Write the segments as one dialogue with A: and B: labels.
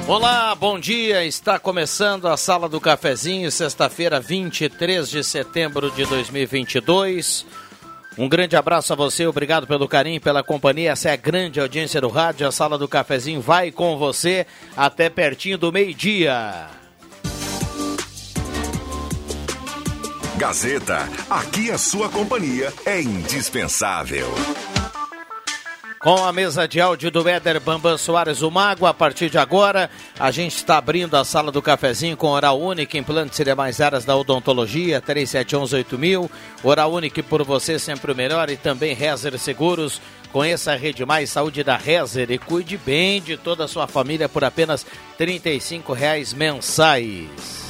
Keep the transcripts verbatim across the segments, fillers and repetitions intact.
A: Olá, bom dia. Está começando a Sala do Cafezinho, sexta-feira, vinte e três de setembro de dois mil e vinte e dois. Um grande abraço a você, obrigado pelo carinho, pela companhia. Essa é a grande audiência do rádio. A Sala do Cafezinho vai com você até pertinho do meio-dia.
B: Gazeta, aqui a sua companhia é indispensável.
A: Com a mesa de áudio do Éder Bambam Soares, o Mago, a partir de agora, a gente está abrindo a Sala do Cafezinho com Oral Unique, implantes e demais áreas da odontologia, três sete um oito mil. Oral Unique, por você sempre o melhor, e também Rezer Seguros. Conheça a Rede Mais Saúde da Rezer e cuide bem de toda a sua família por apenas trinta e cinco reais mensais.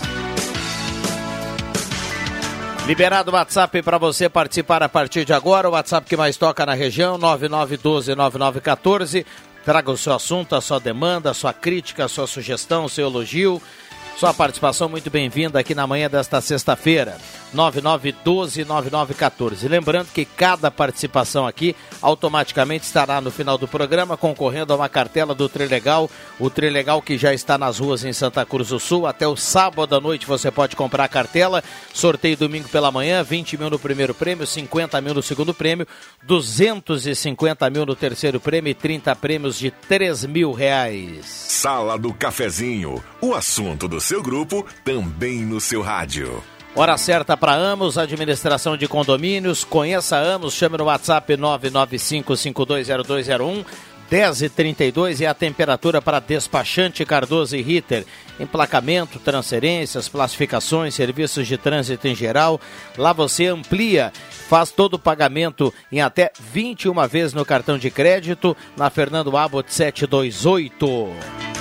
A: Liberado o WhatsApp para você participar a partir de agora, o WhatsApp que mais toca na região, nove nove um dois nove nove um quatro. Traga o seu assunto, a sua demanda, a sua crítica, a sua sugestão, o seu elogio. Sua participação muito bem-vinda aqui na manhã desta sexta-feira, nove nove um dois nove nove um quatro. Lembrando que cada participação aqui automaticamente estará no final do programa concorrendo a uma cartela do Trilegal, o Trilegal que já está nas ruas em Santa Cruz do Sul. Até o sábado à noite você pode comprar a cartela. Sorteio domingo pela manhã, vinte mil no primeiro prêmio, cinquenta mil no segundo prêmio, duzentos e cinquenta mil no terceiro prêmio e trinta prêmios de três mil reais.
B: Sala do Cafezinho, o assunto do seu grupo também no seu rádio.
A: Hora certa para Amos, administração de condomínios. Conheça a Amos, chame no WhatsApp nove nove cinco cinco dois zero dois zero um, dez e trinta e dois, e a temperatura para despachante Cardoso e Ritter. Emplacamento, transferências, classificações, serviços de trânsito em geral. Lá você amplia, faz todo o pagamento em até vinte e uma vezes no cartão de crédito, na Fernando Abbott setecentos e vinte e oito.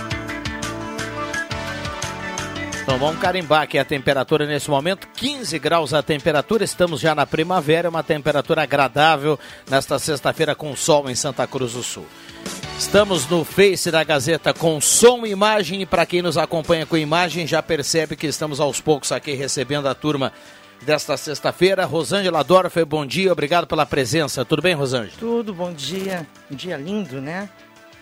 A: Então vamos carimbar aqui a temperatura nesse momento, quinze graus a temperatura, estamos já na primavera, uma temperatura agradável nesta sexta-feira com sol em Santa Cruz do Sul. Estamos no Face da Gazeta com som e imagem, e para quem nos acompanha com imagem já percebe que estamos aos poucos aqui recebendo a turma desta sexta-feira. Rosângela Dorfer, bom dia, obrigado pela presença. Tudo bem, Rosângela?
C: Tudo, bom dia. Um dia lindo, né?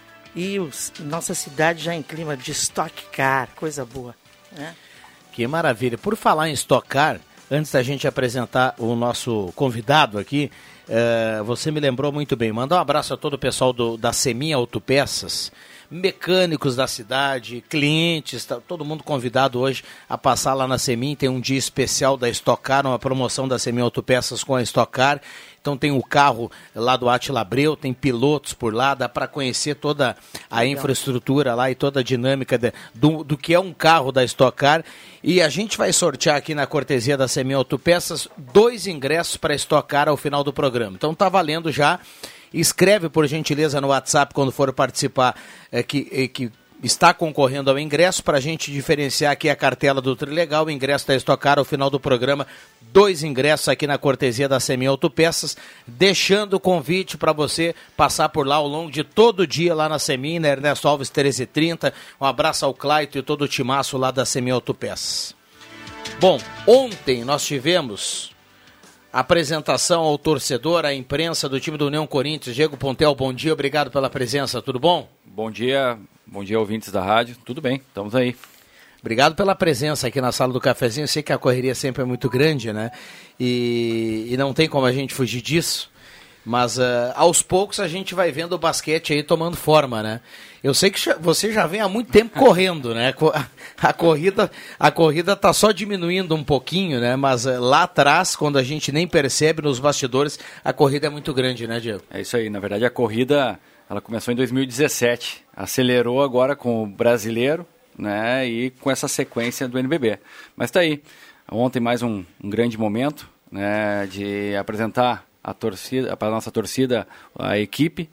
C: E os, nossa cidade já em clima de Stock Car, coisa boa. É.
A: Que maravilha. Por falar em Stock Car, antes da gente apresentar o nosso convidado aqui, uh, você me lembrou muito bem. Mandar um abraço a todo o pessoal do, da Semin Autopeças, mecânicos da cidade, clientes, tá, todo mundo convidado hoje a passar lá na Semin. Tem um dia especial da Stock Car, uma promoção da Semin Autopeças com a Stock Car. Então tem o carro lá do Átila Abreu, tem pilotos por lá, dá para conhecer toda a Legal. infraestrutura lá e toda a dinâmica de, do, do que é um carro da Stock Car. E a gente vai sortear aqui na cortesia da Semin Autopeças dois ingressos para Stock Car ao final do programa. Então tá valendo já. Escreve por gentileza no WhatsApp quando for participar é, que, é, que está concorrendo ao ingresso, para a gente diferenciar aqui a cartela do Trilegal, o ingresso da Stock Car ao final do programa. Dois ingressos aqui na cortesia da Semin Autopeças, deixando o convite para você passar por lá ao longo de todo o dia lá na Semin, na Ernesto Alves treze e trinta. Um abraço ao Claito e todo o timaço lá da Semin Autopeças. Bom, ontem nós tivemos apresentação ao torcedor, à imprensa do time do União Corinthians. Diego Pontel, bom dia, obrigado pela presença, tudo bom?
D: Bom dia, bom dia ouvintes da rádio, tudo bem, estamos aí.
A: Obrigado pela presença aqui na Sala do Cafezinho. Eu sei que a correria sempre é muito grande, né? E, e não tem como a gente fugir disso. Mas uh, aos poucos a gente vai vendo o basquete aí tomando forma, né? Eu sei que você já vem há muito tempo correndo, né? A corrida a corrida tá só diminuindo um pouquinho, né? Mas uh, lá atrás, quando a gente nem percebe nos bastidores, a corrida é muito grande, né, Diego?
D: É isso aí. Na verdade, a corrida ela começou em dois mil e dezessete. Acelerou agora com o brasileiro, né, e com essa sequência do N B B. Mas está aí, ontem mais um, um grande momento, né, de apresentar a torcida, para a nossa torcida, a equipe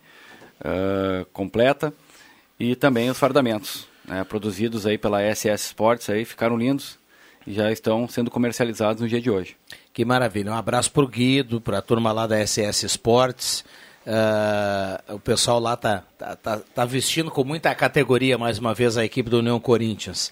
D: uh, completa e também os fardamentos, né, produzidos aí pela S S Sports, aí, ficaram lindos e já estão sendo comercializados no dia de hoje.
A: Que maravilha, um abraço para o Guido, para a turma lá da S S Sports. Uh, o pessoal lá tá, tá, tá, tá vestindo com muita categoria mais uma vez a equipe do União Corinthians.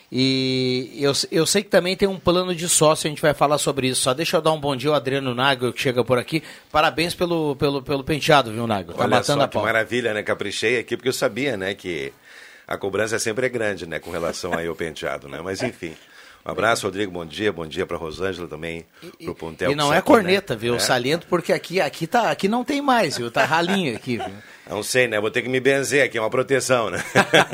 A: E eu, eu sei que também tem um plano de sócio, a gente vai falar sobre isso. Só deixa eu dar um bom dia ao Adriano Nagel, que chega por aqui. Parabéns pelo, pelo, pelo penteado, viu, Nagel? Tá
E: Olha
A: matando
E: só,
A: a pau.
E: Que maravilha, né? Caprichei aqui, porque eu sabia, né, que a cobrança sempre é grande, né, com relação aí ao penteado, né? Mas enfim. Um abraço, Rodrigo, bom dia, bom dia para Rosângela também, para o Pontel.
A: E não é corneta, viu? É. Saliento, porque aqui, aqui, tá, aqui não tem mais, viu? Tá ralinho aqui, viu?
E: Não sei, né? Vou ter que me benzer aqui, é uma proteção, né?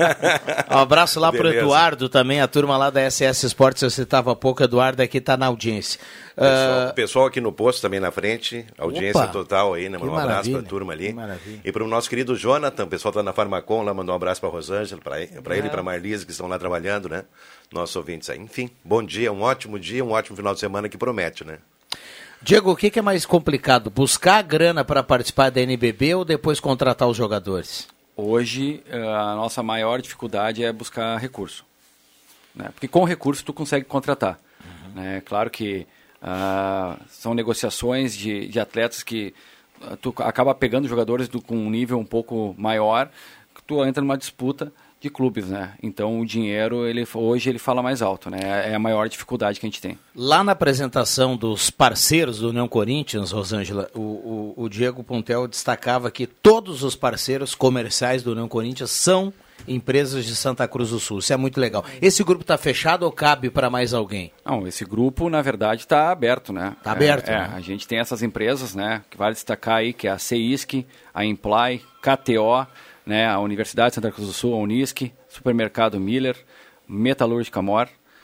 A: Um abraço lá Beleza. Pro Eduardo também, a turma lá da S S Esportes, eu citava há pouco, Eduardo aqui tá na audiência.
E: Pessoal, uh... pessoal aqui no posto também na frente, audiência Opa, total aí, né? Mandou um abraço pra turma ali. E pro nosso querido Jonathan, o pessoal tá na Farmacom lá, mandou um abraço pra Rosângela, pra, pra é. ele e pra Marlise, que estão lá trabalhando, né? Nossos ouvintes aí. Enfim, bom dia, um ótimo dia, um ótimo final de semana que promete, né?
A: Diego, o que, que é mais complicado? Buscar a grana para participar da N B B ou depois contratar os jogadores?
D: Hoje, a nossa maior dificuldade é buscar recurso. Né? Porque com recurso tu consegue contratar. Uhum. Né? Claro que uh, são negociações de, de atletas que uh, tu acaba pegando jogadores do, com um nível um pouco maior, que tu entra numa disputa de clubes, né? Então o dinheiro, ele, hoje ele fala mais alto, né? É a maior dificuldade que a gente tem.
A: Lá na apresentação dos parceiros do União Corinthians, Rosângela, o, o, o Diego Pontel destacava que todos os parceiros comerciais do União Corinthians são empresas de Santa Cruz do Sul. Isso é muito legal. Esse grupo está fechado ou cabe para mais alguém?
D: Não, esse grupo, na verdade, está aberto, né?
A: Está aberto,
D: é,
A: né?
D: É, a gente tem essas empresas, né? Que vale destacar aí, que é a CEISC, a Imply, K T O, né, a Universidade de Santa Cruz do Sul, a Unisc, Supermercado Miller, Metalúrgica Mor,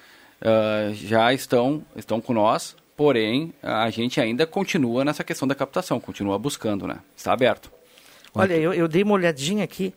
D: uh, já estão, estão com nós, porém a gente ainda continua nessa questão da captação, continua buscando, né? Está aberto.
C: Olha, eu, eu dei uma olhadinha aqui,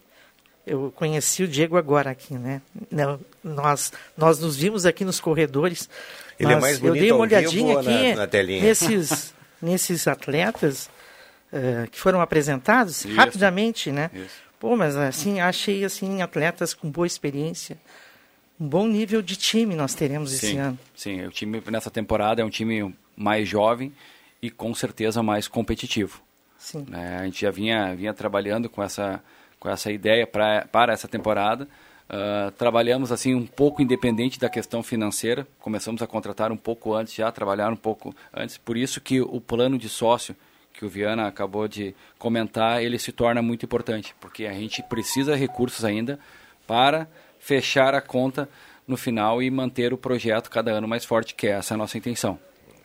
C: eu conheci o Diego agora aqui, né? Não, nós, nós nos vimos aqui nos corredores,
E: ele é mais bonito
C: eu dei uma olhadinha aqui
E: na, na telinha.
C: Nesses, nesses atletas uh, que foram apresentados, Isso. rapidamente, né? Isso. Pô, mas assim, achei assim, atletas com boa experiência, um bom nível de time nós teremos esse
D: sim,
C: ano.
D: Sim, o time nessa temporada é um time mais jovem e com certeza mais competitivo.
C: Sim.
D: É, a gente já vinha, vinha trabalhando com essa, com essa ideia pra, para essa temporada. Uh, trabalhamos assim um pouco independente da questão financeira, começamos a contratar um pouco antes já, trabalhar um pouco antes, por isso que o plano de sócio que o Viana acabou de comentar, ele se torna muito importante, porque a gente precisa de recursos ainda para fechar a conta no final e manter o projeto cada ano mais forte, que é essa a nossa intenção.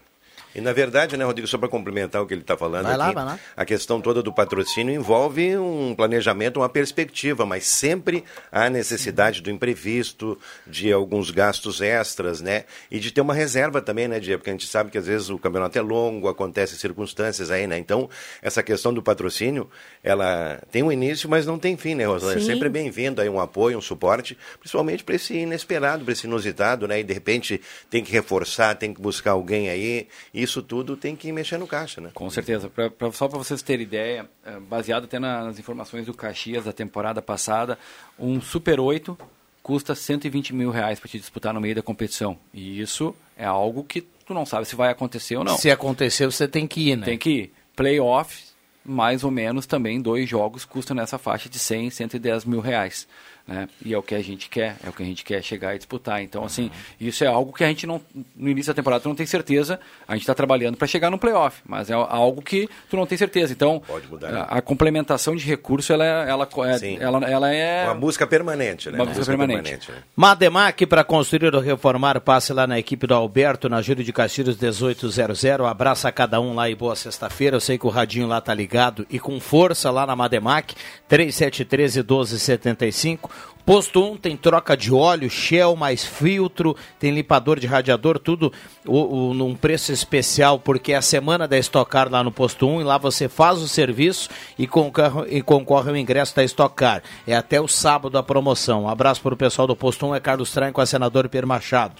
E: E na verdade, né, Rodrigo, só para complementar o que ele está falando
A: vai
E: aqui,
A: lá, vai lá.
E: A questão toda do patrocínio envolve um planejamento, uma perspectiva, mas sempre há necessidade do imprevisto, de alguns gastos extras, né, e de ter uma reserva também, né, Diego, porque a gente sabe que às vezes o campeonato é longo, acontecem circunstâncias aí, né, então essa questão do patrocínio, ela tem um início, mas não tem fim, né, Rosângela? É sempre bem-vindo aí um apoio, um suporte, principalmente para esse inesperado, para esse inusitado, né, e de repente tem que reforçar, tem que buscar alguém aí. Isso tudo tem que mexer no caixa, né?
D: Com certeza. Pra, pra, só para vocês terem ideia, baseado até nas informações do Caxias da temporada passada, um Super oito custa cento e vinte mil reais para te disputar no meio da competição. E isso é algo que tu não sabe se vai acontecer ou não.
A: Se acontecer, você tem que ir, né?
D: Tem que ir. Playoffs, mais ou menos, também dois jogos custam nessa faixa de cem, cento e dez mil reais. Né? E é o que a gente quer, é o que a gente quer chegar e disputar. Então, assim, isso é algo que a gente não, no início da temporada, tu não tem certeza, a gente está trabalhando para chegar no playoff, mas é algo que tu não tem certeza. Então,
E: pode mudar, né?
D: a, a complementação de recurso, ela, ela, é, ela, ela é...
E: uma busca permanente, né?
D: Uma busca, busca permanente. permanente né?
A: Mademac, para construir ou reformar, passe lá na equipe do Alberto, na Júlio de Castilhos dezoito zero zero. Abraça a cada um lá e boa sexta-feira. Eu sei que o radinho lá tá ligado e com força lá na Mademac, três sete um três, um dois sete cinco. Posto um tem troca de óleo, Shell mais filtro, tem limpador de radiador, tudo o, o, num preço especial, porque é a semana da Stock Car lá no Posto um, e lá você faz o serviço e concorre, e concorre ao ingresso da Stock Car. É até o sábado a promoção. Um abraço para o pessoal do Posto um, é Carlos Traem com a senador Pierre Machado.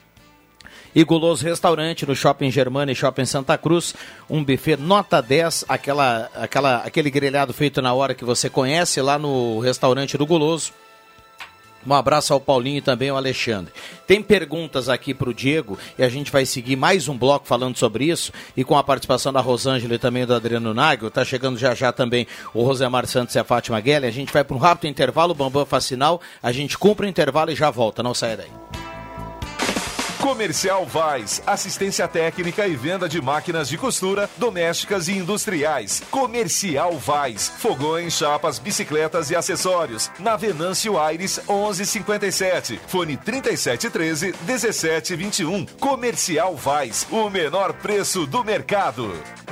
A: E Guloso Restaurante, no Shopping Germana e Shopping Santa Cruz, um buffet nota dez, aquela, aquela, aquele grelhado feito na hora que você conhece lá no restaurante do Guloso. Um abraço ao Paulinho e também ao Alexandre. Tem perguntas aqui para o Diego e a gente vai seguir mais um bloco falando sobre isso, e com a participação da Rosângela e também do Adriano Nagel. Tá chegando já já também o Rosemar Santos e a Fátima Guelli. A gente vai para um rápido intervalo, o Bambam faz sinal, a gente cumpre o intervalo e já volta, não saia daí.
F: Comercial Vaz, assistência técnica e venda de máquinas de costura, domésticas e industriais. Comercial Vaz, fogões, chapas, bicicletas e acessórios. Na Venâncio Aires, onze cinquenta e sete. Fone trinta e sete treze, dezessete vinte e um. Comercial Vaz, o menor preço do mercado.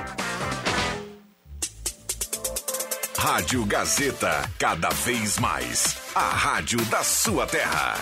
B: Rádio Gazeta, cada vez mais. A rádio da sua terra.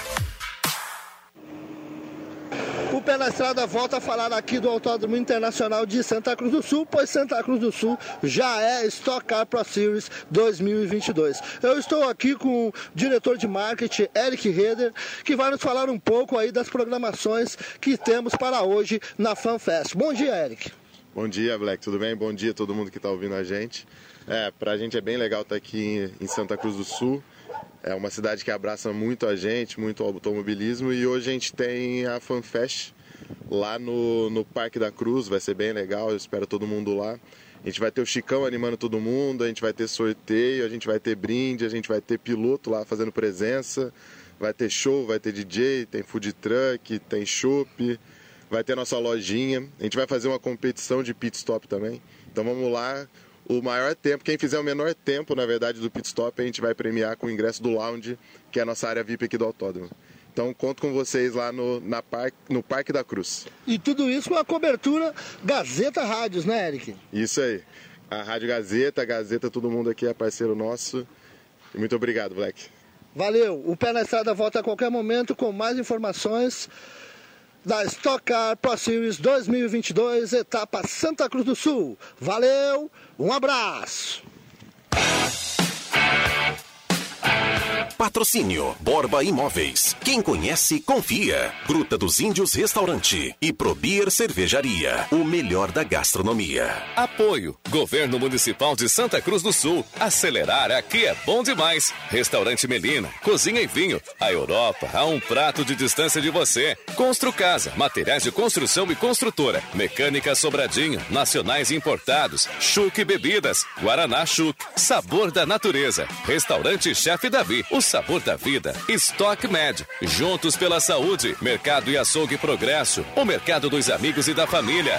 G: O Pé na Estrada volta a falar aqui do Autódromo Internacional de Santa Cruz do Sul, pois Santa Cruz do Sul já é Stock Car Pro Series dois mil e vinte e dois. Eu estou aqui com o diretor de marketing, Eric Reder, que vai nos falar um pouco aí das programações que temos para hoje na FanFest. Bom dia, Eric.
H: Bom dia, Black, tudo bem? Bom dia a todo mundo que está ouvindo a gente. É, pra gente é bem legal estar aqui em Santa Cruz do Sul. É uma cidade que abraça muito a gente, muito automobilismo, e hoje a gente tem a FanFest lá no, no Parque da Cruz, vai ser bem legal, eu espero todo mundo lá. A gente vai ter o Chicão animando todo mundo, a gente vai ter sorteio, a gente vai ter brinde, a gente vai ter piloto lá fazendo presença, vai ter show, vai ter D J, tem food truck, tem chopp, vai ter nossa lojinha, a gente vai fazer uma competição de pit stop também, então vamos lá. O maior tempo, quem fizer o menor tempo, na verdade, do pit stop, a gente vai premiar com o ingresso do lounge, que é a nossa área V I P aqui do autódromo. Então, conto com vocês lá no, na par, no Parque da Cruz.
G: E tudo isso com a cobertura Gazeta Rádios, né, Eric?
H: Isso aí. A Rádio Gazeta, a Gazeta, todo mundo aqui é parceiro nosso. E muito obrigado, Black.
G: Valeu. O Pé na Estrada volta a qualquer momento com mais informações da Stock Car Pro Series dois mil e vinte e dois, etapa Santa Cruz do Sul. Valeu, um abraço.
I: Patrocínio Borba Imóveis. Quem conhece, confia. Gruta dos Índios Restaurante e Probier Cervejaria. O melhor da gastronomia.
J: Apoio Governo Municipal de Santa Cruz do Sul. Acelerar aqui é bom demais. Restaurante Melina, cozinha e vinho. A Europa a um prato de distância de você. Constru Casa, materiais de construção e construtora. Mecânica Sobradinho, nacionais e importados. Chuc Bebidas, Guaraná Chuc, sabor da natureza. Restaurante Chefe Davi, o sabor da vida. Stock Med, juntos pela saúde. Mercado e Açougue Progresso, o mercado dos amigos e da família.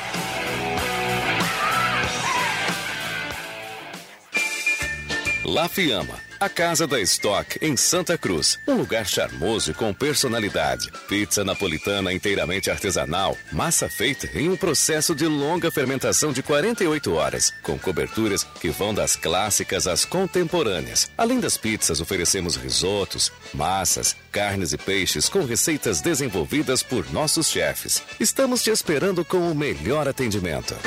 J: La Fiamma, a casa da Stock em Santa Cruz. Um lugar charmoso e com personalidade. Pizza napolitana inteiramente artesanal, massa feita em um processo de longa fermentação de quarenta e oito horas, com coberturas que vão das clássicas às contemporâneas. Além das pizzas, oferecemos risotos, massas, carnes e peixes com receitas desenvolvidas por nossos chefes. Estamos te esperando com o melhor atendimento.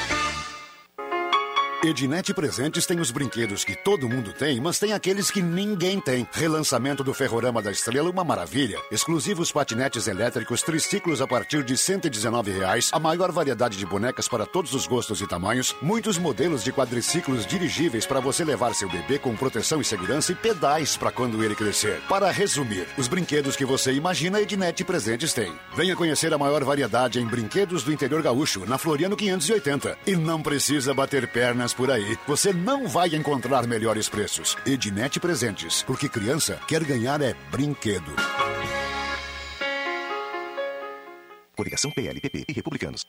K: Ednet Presentes tem os brinquedos que todo mundo tem, mas tem aqueles que ninguém tem. Relançamento do Ferrorama da Estrela, uma maravilha. Exclusivos patinetes elétricos, triciclos a partir de cento e dezenove reais. A maior variedade de bonecas para todos os gostos e tamanhos. Muitos modelos de quadriciclos dirigíveis para você levar seu bebê com proteção e segurança e pedais para quando ele crescer. Para resumir, os brinquedos que você imagina, Ednet Presentes tem. Venha conhecer a maior variedade em brinquedos do interior gaúcho, na Floriano quinhentos e oitenta. E não precisa bater pernas por aí, você não vai encontrar melhores preços. Ednet Presentes, porque criança quer ganhar é brinquedo.
I: Coligação P L, P P e Republicanos.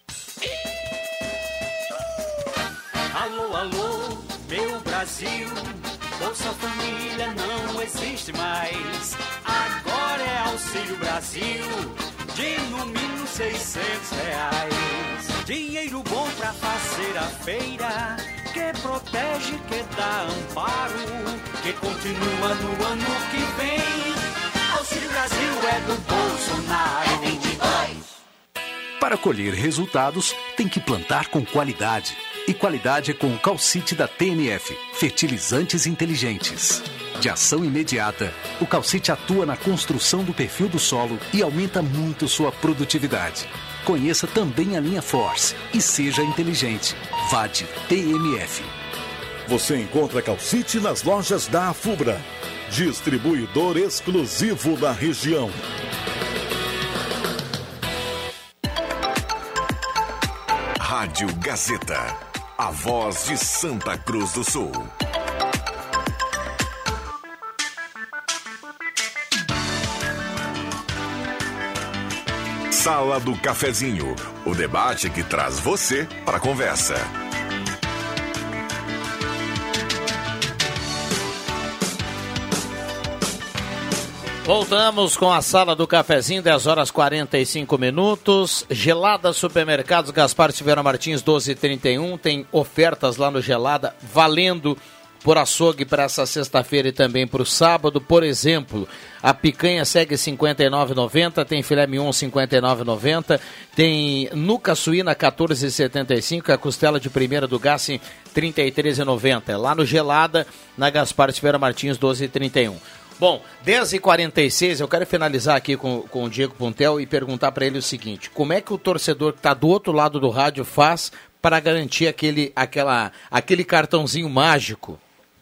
L: Alô, alô, meu Brasil, Bolsa Família não existe mais. Agora é Auxílio Brasil, de no mínimo seiscentos reais. Dinheiro bom pra fazer a feira, que protege, que dá amparo, que continua no ano que vem. Auxílio Brasil é do Bolsonaro. vinte e dois.
M: Para colher resultados, tem que plantar com qualidade. E qualidade é com o Calcite da T N F, fertilizantes inteligentes. De ação imediata, o Calcite atua na construção do perfil do solo e aumenta muito sua produtividade. Conheça também a linha Force e seja inteligente. Vá de T N F.
N: Você encontra Calcite nas lojas da Afubra, distribuidor exclusivo da região.
B: Rádio Gazeta, a voz de Santa Cruz do Sul. Sala do Cafezinho, o debate que traz você para a conversa.
A: Voltamos com a Sala do Cafezinho, dez horas e quarenta e cinco minutos. Gelada Supermercados Gaspar Silveira Martins, doze e trinta e um. Tem ofertas lá no Gelada, valendo por açougue para essa sexta-feira e também para o sábado. Por exemplo, a picanha segue cinquenta e nove reais e noventa centavos, tem filé mignon cinquenta e nove reais e noventa centavos, tem nuca suína quatorze reais e setenta e cinco centavos, a costela de primeira do Gassi trinta e três reais e noventa centavos. Lá no Gelada, na Gaspar Silveira Martins, doze e trinta e um. Bom, dez e quarenta e seis, eu quero finalizar aqui com, com o Diego Puntel e perguntar para ele o seguinte: como é que o torcedor que está do outro lado do rádio faz para garantir aquele, aquela, aquele cartãozinho mágico,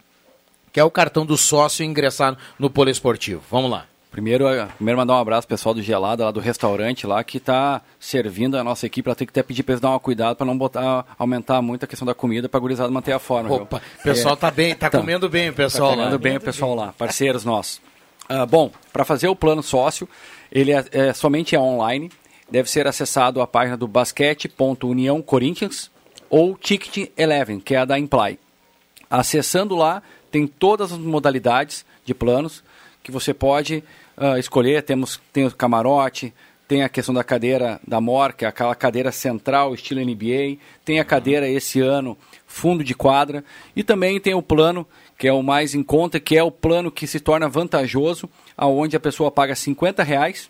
A: que é o cartão do sócio, e ingressar no poliesportivo? Vamos lá.
D: Primeiro, primeiro mandar um abraço pro pessoal do Gelada, lá do restaurante lá, que está servindo a nossa equipe. Ela tem que até pedir para eles dar uma cuidado para não botar, aumentar muito a questão da comida, para a gurizada manter a forma.
A: Opa, o pessoal é, tá bem, tá, tá comendo bem o pessoal
D: tá
A: lá.
D: comendo bem o pessoal lá, parceiros nossos. Uh, bom, para fazer o plano sócio, ele é, é, somente é online, deve ser acessado a página do basquete ponto união corinthians ou Ticket Eleven, que é a da Imply. Acessando lá, tem todas as modalidades de planos que você pode uh, escolher. Temos, tem o camarote, tem a questão da cadeira da M O R, que é aquela cadeira central, estilo N B A, tem a cadeira esse ano, fundo de quadra, e também tem o plano, que é o mais em conta, que é o plano que se torna vantajoso, aonde a pessoa paga cinquenta reais,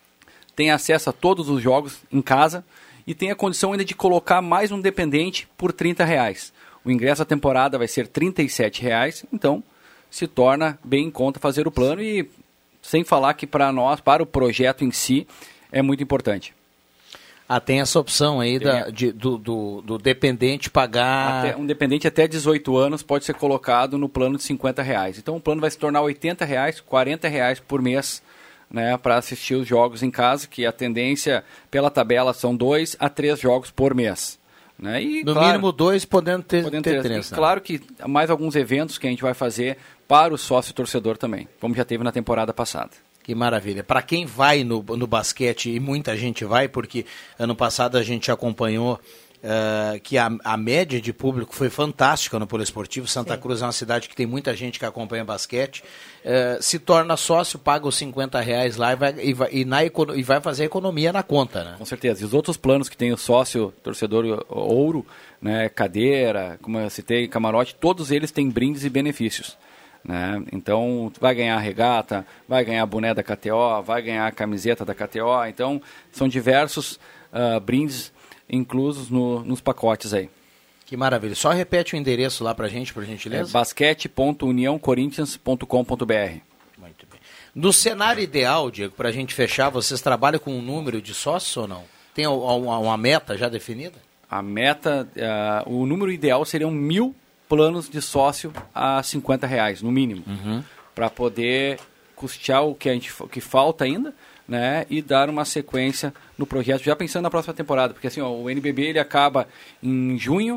D: tem acesso a todos os jogos em casa, e tem a condição ainda de colocar mais um dependente por trinta reais. O ingresso à temporada vai ser trinta e sete reais, então se torna bem em conta fazer o plano, e sem falar que para nós, para o projeto em si, é muito importante.
A: Ah, tem essa opção aí da, de, do, do, do dependente pagar...
D: Até, um dependente até dezoito anos pode ser colocado no plano de cinquenta reais. Então o plano vai se tornar oitenta reais, quarenta reais por mês, né, para assistir os jogos em casa, que a tendência pela tabela são dois a três jogos por mês. Né? E,
A: no
D: claro,
A: mínimo dois, podendo ter,
D: podendo
A: ter
D: ter
A: três.
D: Né? Claro que mais alguns eventos que a gente vai fazer para o sócio torcedor também, como já teve na temporada passada.
A: Que maravilha. Para quem vai no, no basquete, e muita gente vai, porque ano passado a gente acompanhou uh, que a, a média de público foi fantástica no poliesportivo. Santa Sim. Cruz é uma cidade que tem muita gente que acompanha basquete. Uh, se torna sócio, paga os cinquenta reais lá e vai, e, vai, e, na, e vai fazer economia na conta, né?
D: Com certeza. E os outros planos que tem o sócio torcedor ouro, né, cadeira, como eu citei, camarote, todos eles têm brindes e benefícios. Né? Então vai ganhar a regata, vai ganhar a boné da K T O, vai ganhar a camiseta da K T O. Então são diversos uh, brindes inclusos no, nos pacotes aí.
A: Que maravilha. Só repete o endereço lá pra gente, por gentileza.
D: É basquete ponto união corinthians ponto com ponto b r.
A: Muito bem. No cenário ideal, Diego, pra gente fechar, vocês trabalham com um número de sócios ou não? Tem uma, uma meta já definida?
D: A meta, uh, o número ideal seriam mil planos de sócio a cinquenta reais, no mínimo,
A: uhum.
D: para poder custear o que, a gente, o que falta ainda, né, e dar uma sequência no projeto, já pensando na próxima temporada, porque assim, ó, o N B B ele acaba em junho,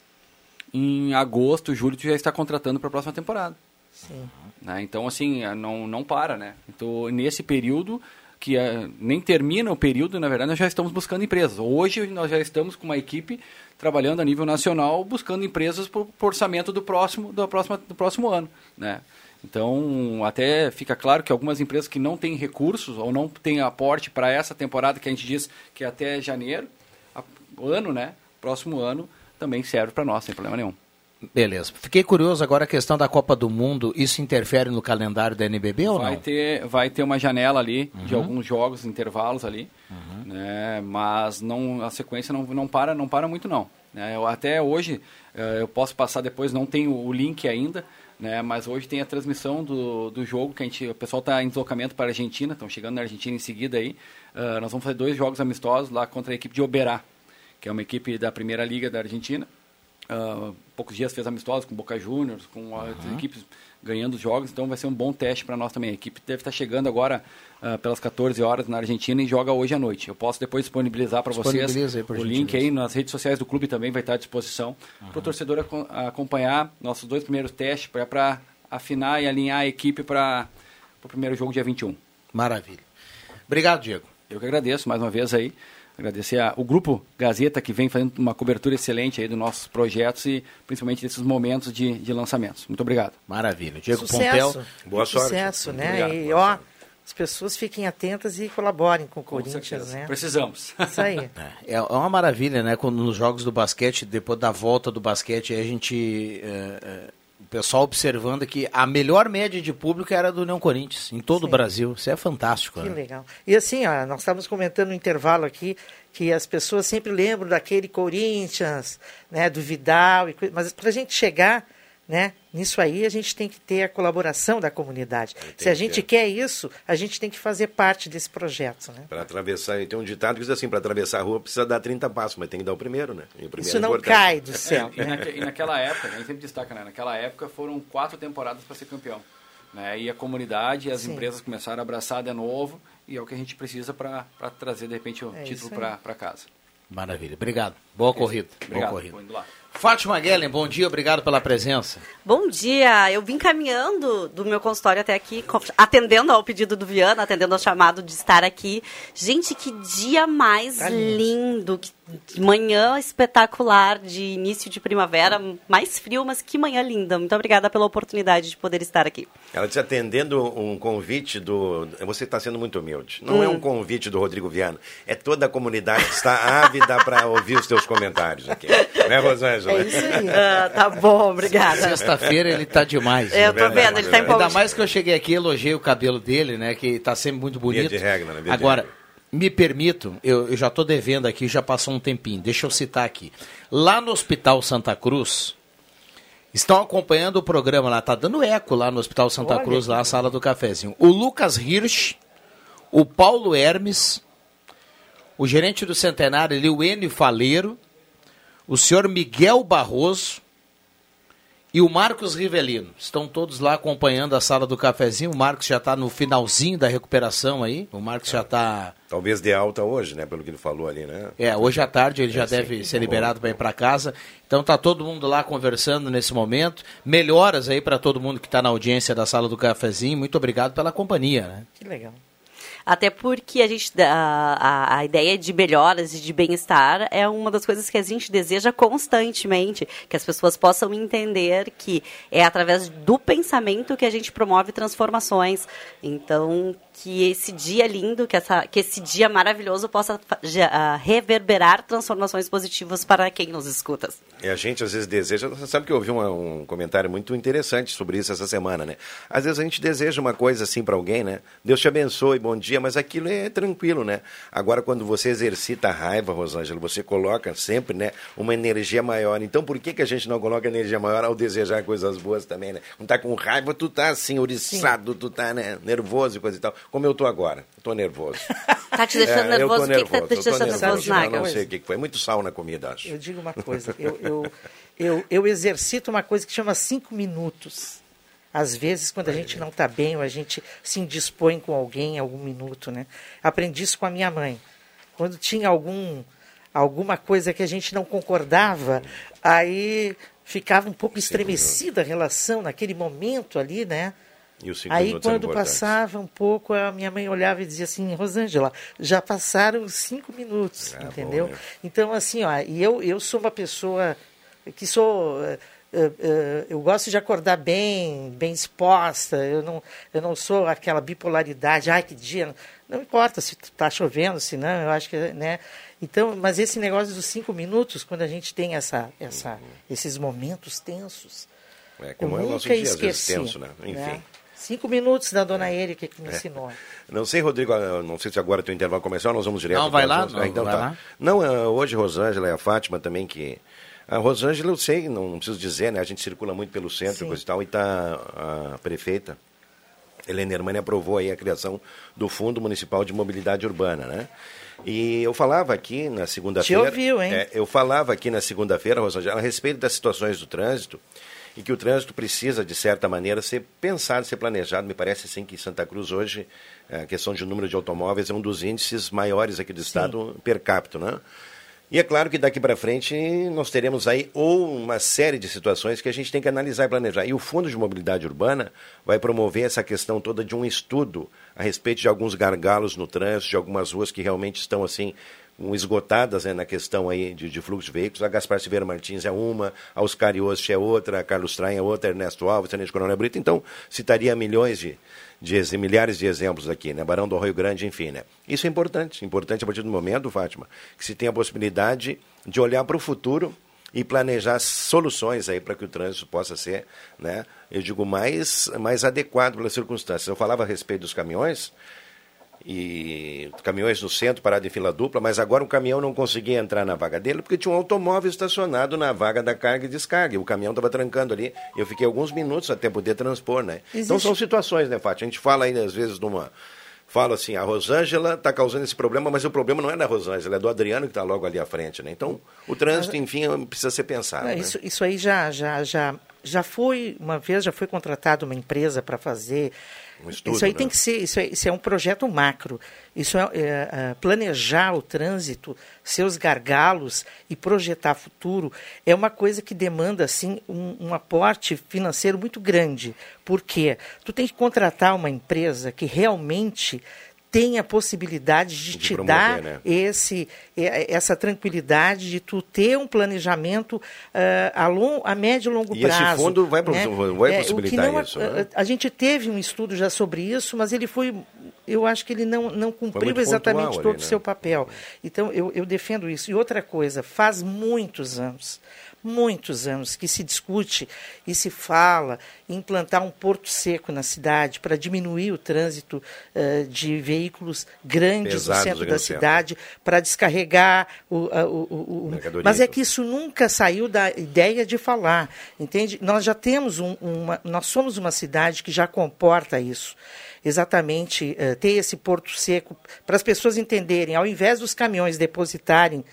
D: em agosto, julho, tu já está contratando para a próxima temporada.
C: Sim.
D: Né, então, assim, não, não para, né? Então, nesse período, que uh, nem termina o período, na verdade, nós já estamos buscando empresas. Hoje, nós já estamos com uma equipe trabalhando a nível nacional, buscando empresas por, por orçamento do próximo, do, próximo, do próximo ano, né? Então, até fica claro que algumas empresas que não têm recursos ou não têm aporte para essa temporada, que a gente diz que é até janeiro, o ano, né? Próximo ano, também serve para nós, sem problema nenhum.
A: Beleza. Fiquei curioso agora a questão da Copa do Mundo. Isso interfere no calendário da N B B ou
D: vai
A: não?
D: Ter, vai ter uma janela ali,
A: uhum.
D: de alguns jogos, intervalos ali,
A: uhum.
D: né, mas não, a sequência não, não, para, não para muito não. Né, eu, até hoje, eu posso passar depois, não tenho o link ainda, né, mas hoje tem a transmissão do, do jogo, que a gente, o pessoal está em deslocamento para a Argentina, estão chegando na Argentina em seguida aí. Uh, nós vamos fazer dois jogos amistosos lá contra a equipe de Oberá, que é uma equipe da Primeira Liga da Argentina. Uh, poucos dias fez amistosos com Boca Juniors, com uhum. outras equipes ganhando os jogos, então vai ser um bom teste para nós também. A equipe deve estar chegando agora uh, pelas quatorze horas na Argentina e joga hoje à noite. Eu posso depois disponibilizar para vocês aí, o link aí nas redes sociais do clube, também vai estar à disposição uhum. para o torcedor ac- acompanhar nossos dois primeiros testes para afinar e alinhar a equipe para o primeiro jogo dia vinte e um.
A: Maravilha. Obrigado, Diego.
D: Eu que agradeço mais uma vez aí. Agradecer ao Grupo Gazeta, que vem fazendo uma cobertura excelente aí dos nossos projetos e principalmente desses momentos de, de lançamentos. Muito obrigado.
A: Maravilha. Diego
C: Sucesso.
A: Pontel.
E: Boa sorte.
C: Sucesso,
E: Muito
C: né?
E: obrigado.
C: E, ó, as pessoas fiquem atentas e colaborem com o
D: Com
C: Corinthians,
D: certeza.
C: né?
D: Precisamos.
C: Isso aí.
A: É, é uma maravilha, né? Quando nos jogos do basquete, depois da volta do basquete, aí a gente... É, é, o pessoal observando que a melhor média de público era do União Corinthians, em todo Sim. o Brasil. Isso é fantástico.
C: Que
A: né?
C: legal. E assim, ó, nós estávamos comentando no intervalo aqui que as pessoas sempre lembram daquele Corinthians, né, do Vidal, e, mas para a gente chegar, né, nisso aí, a gente tem que ter a colaboração da comunidade. Se a gente quer isso, a gente tem que fazer parte desse projeto. Né?
E: Para atravessar, tem um ditado que diz assim, para atravessar a rua precisa dar trinta passos, mas tem que dar o primeiro, né? O primeiro
C: isso
E: é
C: não
E: importante.
C: cai do céu.
D: É, e, naque, e naquela época, a gente sempre destaca, né, naquela época foram quatro temporadas para ser campeão. Né, e a comunidade e as Sim. empresas começaram a abraçar de novo, e é o que a gente precisa para trazer, de repente, o é título para casa.
A: Maravilha. Obrigado. Boa corrida.
D: Obrigado.
A: Boa corrida. Fátima Guellen, bom dia, obrigado pela presença.
O: Bom dia, eu vim caminhando do meu consultório até aqui, atendendo ao pedido do Viana, atendendo ao chamado de estar aqui. Gente, que dia mais tá lindo, que manhã espetacular de início de primavera, mais frio, mas que manhã linda. Muito obrigada pela oportunidade de poder estar aqui.
E: Ela disse atendendo um convite do... Você está sendo muito humilde. Não hum. é um convite do Rodrigo Viana, é toda a comunidade que está ávida para ouvir os teus comentários aqui. Né, Rosângela?
O: É isso aí. Ah, tá bom, obrigada.
A: Sexta-feira ele tá demais.
O: É, eu tô verdade, vendo, ele tá empolgado.
A: Ainda mais que eu cheguei aqui e elogiei o cabelo dele, né, que tá sempre muito bonito.
E: Via de regra, né? Via
A: Agora,
E: de regra.
A: me permito, eu, eu já tô devendo aqui, já passou um tempinho, deixa eu citar aqui. Lá no Hospital Santa Cruz, estão acompanhando o programa lá, tá dando eco lá no Hospital Santa Olha Cruz, lá a sala do cafezinho. O Lucas Hirsch, o Paulo Hermes, o gerente do Centenário ali, o Enio Faleiro, o senhor Miguel Barroso e o Marcos Rivelino. Estão todos lá acompanhando a sala do cafezinho. O Marcos já está no finalzinho da recuperação aí. O Marcos é. já está...
E: Talvez de alta hoje, né? Pelo que ele falou ali, né?
A: É, hoje à tarde ele já é, deve sim, ser liberado para ir para casa. Então está todo mundo lá conversando nesse momento. Melhoras aí para todo mundo que está na audiência da sala do cafezinho. Muito obrigado pela companhia, né?
C: Que legal.
O: Até porque a, gente, a, a, a ideia de melhoras e de bem-estar é uma das coisas que a gente deseja constantemente, que as pessoas possam entender que é através do pensamento que a gente promove transformações. Então, que esse dia lindo, que, essa, que esse dia maravilhoso possa uh, reverberar transformações positivas para quem nos escuta.
E: E a gente às vezes deseja, você sabe que eu ouvi um, um comentário muito interessante sobre isso essa semana, né? Às vezes a gente deseja uma coisa assim para alguém, né? Deus te abençoe, bom dia, mas aquilo é tranquilo, né? Agora, quando você exercita a raiva, Rosângela, você coloca sempre, né, uma energia maior. Então, por que, que a gente não coloca energia maior ao desejar coisas boas também, né? Quando tá com raiva, tu tá assim, oriçado, Sim. tu tá, né, nervoso e coisa e tal. Como eu tô agora, tô nervoso.
O: Tá te deixando
E: é,
O: nervoso?
E: O que,
O: que, que tá te deixando nervoso, nervoso
E: Naga? Eu não sei o que foi. Muito sal na comida, acho.
C: Eu digo uma coisa, eu, eu, eu, eu exercito uma coisa que chama cinco minutos. Às vezes, quando a gente não está bem, ou a gente se indispõe com alguém algum minuto, né? Aprendi isso com a minha mãe. Quando tinha algum, alguma coisa que a gente não concordava, aí ficava um pouco estremecida a relação naquele momento ali, né?
E: E os cinco
C: aí,
E: minutos
C: quando passava um pouco, a minha mãe olhava e dizia assim, Rosângela, já passaram cinco minutos, ah, entendeu? Bom, né? Então, assim, ó, e eu, eu sou uma pessoa que sou... Uh, uh, eu gosto de acordar bem, bem exposta, eu não, eu não sou aquela bipolaridade, ai que dia, não importa se está chovendo, se não, eu acho que, né, então, mas esse negócio dos cinco minutos, quando a gente tem essa, essa, uhum. esses momentos tensos,
E: é, como
C: eu
E: é o
C: nunca
E: nosso dia,
C: esqueci,
E: às vezes tenso, né? Enfim.
C: Né? Cinco minutos da dona é. Erika que me
E: é.
C: ensinou.
E: Não sei, Rodrigo, não sei se agora tem o intervalo comercial, nós vamos direto.
A: Não, vai lá,
E: não,
A: não,
E: então,
A: vai
E: tá.
A: lá.
E: Não, hoje Rosângela e a Fátima também que... A Rosângela, eu sei, não, não preciso dizer, né? A gente circula muito pelo centro, coisa e tal, e tá a prefeita, Helena Hermani, aprovou aí a criação do Fundo Municipal de Mobilidade Urbana, né? E eu falava aqui na segunda-feira...
C: Te ouviu, hein?
E: É, eu falava aqui na segunda-feira, Rosângela, a respeito das situações do trânsito, e que o trânsito precisa, de certa maneira, ser pensado, ser planejado. Me parece, sim, que em Santa Cruz, hoje, a questão de número de automóveis é um dos índices maiores aqui do estado, Sim. per capita, né? E é claro que daqui para frente nós teremos aí ou uma série de situações que a gente tem que analisar e planejar. E o Fundo de Mobilidade Urbana vai promover essa questão toda de um estudo a respeito de alguns gargalos no trânsito, de algumas ruas que realmente estão assim esgotadas, né, na questão aí de, de fluxo de veículos. A Gaspar Silveira Martins é uma, a Oscar Iost é outra, a Carlos Traem é outra, Ernesto Alves, Tenente Coronel Brito. Então, citaria milhões de, de milhares de exemplos aqui, né? Barão do Rio Grande, enfim, né? Isso é importante, importante a partir do momento, Fátima, que se tem a possibilidade de olhar para o futuro e planejar soluções aí para que o trânsito possa ser, né, eu digo, mais, mais adequado pelas circunstâncias. Eu falava a respeito dos caminhões, e caminhões no centro parados em fila dupla, mas agora o caminhão não conseguia entrar na vaga dele porque tinha um automóvel estacionado na vaga da carga e descarga, e o caminhão estava trancando ali, eu fiquei alguns minutos até poder transpor, né? Existe... Então são situações, né, Fátima? A gente fala aí às vezes numa... Fala assim, a Rosângela está causando esse problema, mas o problema não é da Rosângela, é do Adriano que está logo ali à frente, né? Então, o trânsito, enfim, precisa ser pensado.
C: É,
E: né?
C: isso, isso aí já, já, já, já foi, uma vez já foi contratada uma empresa para fazer... Um estudo, isso aí, né? Tem que ser, isso é, isso é um projeto macro. Isso é, é, é planejar o trânsito, seus gargalos e projetar futuro é uma coisa que demanda assim um, um aporte financeiro muito grande. Por quê? Tu tem que contratar uma empresa que realmente tem a possibilidade de, de te promover, dar, né, esse, essa tranquilidade de tu ter um planejamento uh, a, long, a médio e longo
E: e
C: prazo.
E: E esse fundo vai,
C: né?
E: vai possibilitar
C: é, não,
E: isso.
C: A,
E: né?
C: a gente teve um estudo já sobre isso, mas ele foi, eu acho que ele não, não cumpriu exatamente todo o né? seu papel. Então, eu, eu defendo isso. E outra coisa, faz muitos anos, muitos anos que se discute e se fala em implantar um porto seco na cidade para diminuir o trânsito uh, de veículos grandes Pesados no centro da cidade, para descarregar o... o, o, o mas é que isso nunca saiu da ideia de falar, entende? Nós já temos um, uma... Nós somos uma cidade que já comporta isso. Exatamente, uh, ter esse porto seco, para as pessoas entenderem, ao invés dos caminhões depositarem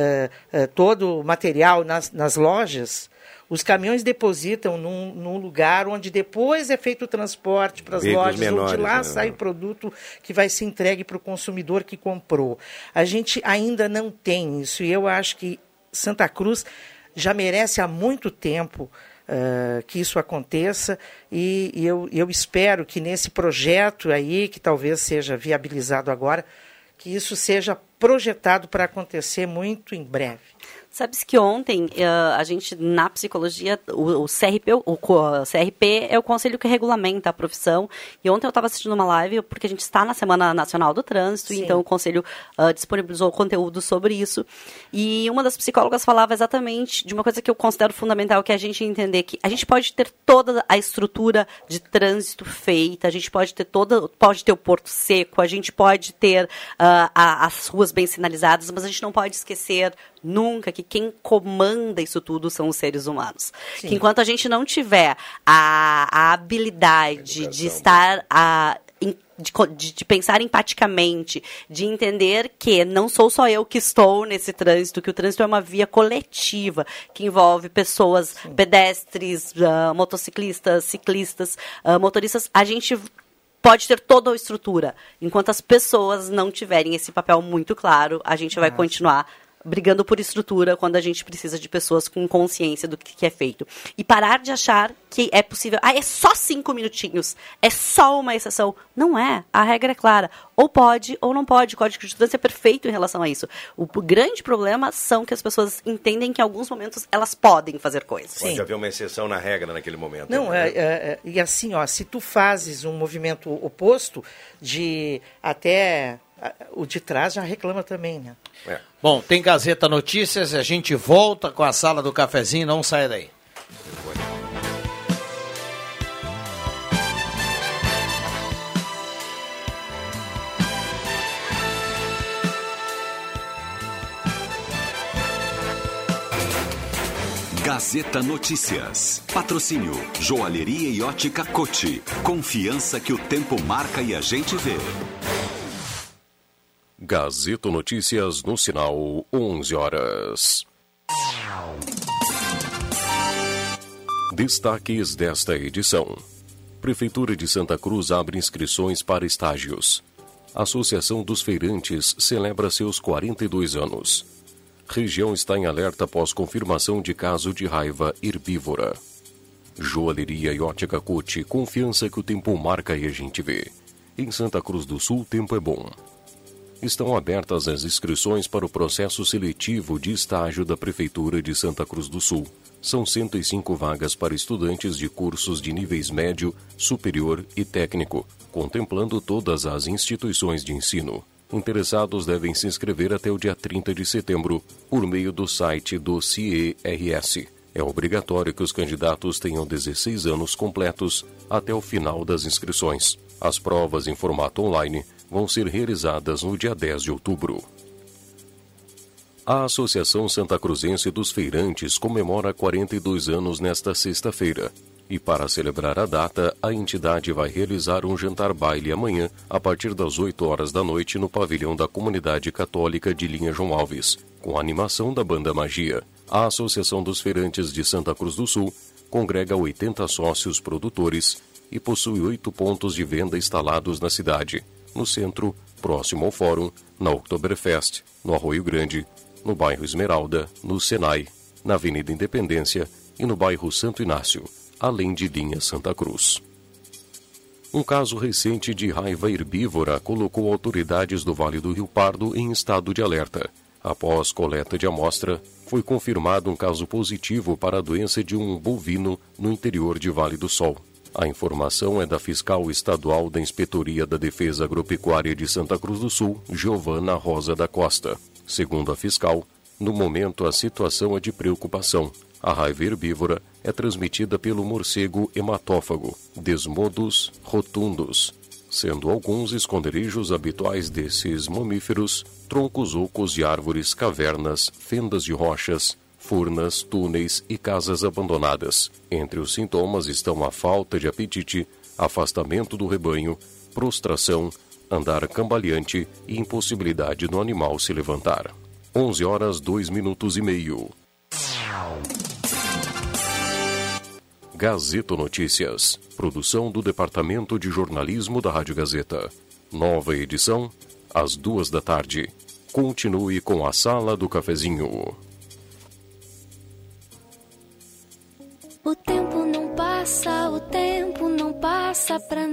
C: Uh, uh, todo o material nas, nas lojas, os caminhões depositam num, num lugar onde depois é feito o transporte para as lojas, menores, onde lá né? sai o produto que vai ser entregue para o consumidor que comprou. A gente ainda não tem isso, e eu acho que Santa Cruz já merece há muito tempo Uh, que isso aconteça, e, e eu, eu espero que nesse projeto aí, que talvez seja viabilizado agora, que isso seja projetado para acontecer muito em breve.
O: Sabes que ontem, uh, a gente, na psicologia, o, o, C R P, o, o C R P é o conselho que regulamenta a profissão, e ontem eu estava assistindo uma live, porque a gente está na Semana Nacional do Trânsito, Sim. então o conselho uh, disponibilizou conteúdo sobre isso, e uma das psicólogas falava exatamente de uma coisa que eu considero fundamental, que é a gente entender que a gente pode ter toda a estrutura de trânsito feita, a gente pode ter toda, pode ter o porto seco, a gente pode ter uh, a, as ruas bem sinalizadas, mas a gente não pode esquecer nunca que quem comanda isso tudo são os seres humanos. Sim. Que enquanto a gente não tiver a, a habilidade a de estar... A, in, de, de, de pensar empaticamente, de entender que não sou só eu que estou nesse trânsito, que o trânsito é uma via coletiva, que envolve pessoas, Sim. pedestres, uh, motociclistas, ciclistas, uh, motoristas, a gente... pode ter toda a estrutura. Enquanto as pessoas não tiverem esse papel muito claro, a gente vai Nossa. continuar brigando por estrutura quando a gente precisa de pessoas com consciência do que é feito. E parar de achar que é possível... Ah, é só cinco minutinhos. É só uma exceção. Não é. A regra é clara. Ou pode ou não pode. O Código de Trânsito é perfeito em relação a isso. O grande problema são que as pessoas entendem que em alguns momentos elas podem fazer coisas.
E: Pode
C: Sim.
E: haver uma exceção na regra naquele momento.
C: Não,
E: né?
C: é, é, e assim, ó, se tu fazes um movimento oposto de até... O de trás já reclama também, né?
A: É. Bom, tem Gazeta Notícias, a gente volta com a Sala do Cafezinho, não sai daí.
I: Gazeta Notícias. Patrocínio Joalheria e Ótica Cote. Confiança que o tempo marca e a gente vê.
P: Gazeta Notícias no sinal onze horas. Destaques desta edição. Prefeitura de Santa Cruz abre inscrições para estágios. Associação dos Feirantes celebra seus quarenta e dois anos. Região está em alerta após confirmação de caso de raiva herbívora. Joalheria e ótica Cote, confiança que o tempo marca e a gente vê. Em Santa Cruz do Sul, o tempo é bom. Estão abertas as inscrições para o processo seletivo de estágio da Prefeitura de Santa Cruz do Sul. São cento e cinco vagas para estudantes de cursos de níveis médio, superior e técnico, contemplando todas as instituições de ensino. Interessados devem se inscrever até o dia trinta de setembro, por meio do site do C I E R S. É obrigatório que os candidatos tenham dezesseis anos completos até o final das inscrições. As provas em formato online vão ser realizadas no dia dez de outubro. A Associação Santa Cruzense dos Feirantes comemora quarenta e dois anos nesta sexta-feira. E para celebrar a data, a entidade vai realizar um jantar-baile amanhã, a partir das oito horas da noite, no pavilhão da Comunidade Católica de Linha João Alves, com a animação da Banda Magia. A Associação dos Feirantes de Santa Cruz do Sul congrega oitenta sócios produtores e possui oito pontos de venda instalados na cidade, no centro, próximo ao Fórum, na Oktoberfest, no Arroio Grande, no bairro Esmeralda, no Senai, na Avenida Independência e no bairro Santo Inácio, além de Linha Santa Cruz. Um caso recente de raiva herbívora colocou autoridades do Vale do Rio Pardo em estado de alerta. Após coleta de amostra, foi confirmado um caso positivo para a doença de um bovino no interior de Vale do Sol. A informação é da fiscal estadual da Inspetoria da Defesa Agropecuária de Santa Cruz do Sul, Giovana Rosa da Costa. Segundo a fiscal, no momento a situação é de preocupação. A raiva herbívora é transmitida pelo morcego hematófago, Desmodus rotundus, sendo alguns esconderijos habituais desses mamíferos troncos ocos de árvores, cavernas, fendas de rochas, furnas, túneis e casas abandonadas. Entre os sintomas estão a falta de apetite, afastamento do rebanho, prostração, andar cambaleante e impossibilidade do animal se levantar. onze horas, dois minutos e meio. Gazeta Notícias. Produção do Departamento de Jornalismo da Rádio Gazeta. Nova edição, às duas da tarde. Continue com a Sala do Cafezinho.
Q: O tempo não passa, o tempo não passa pra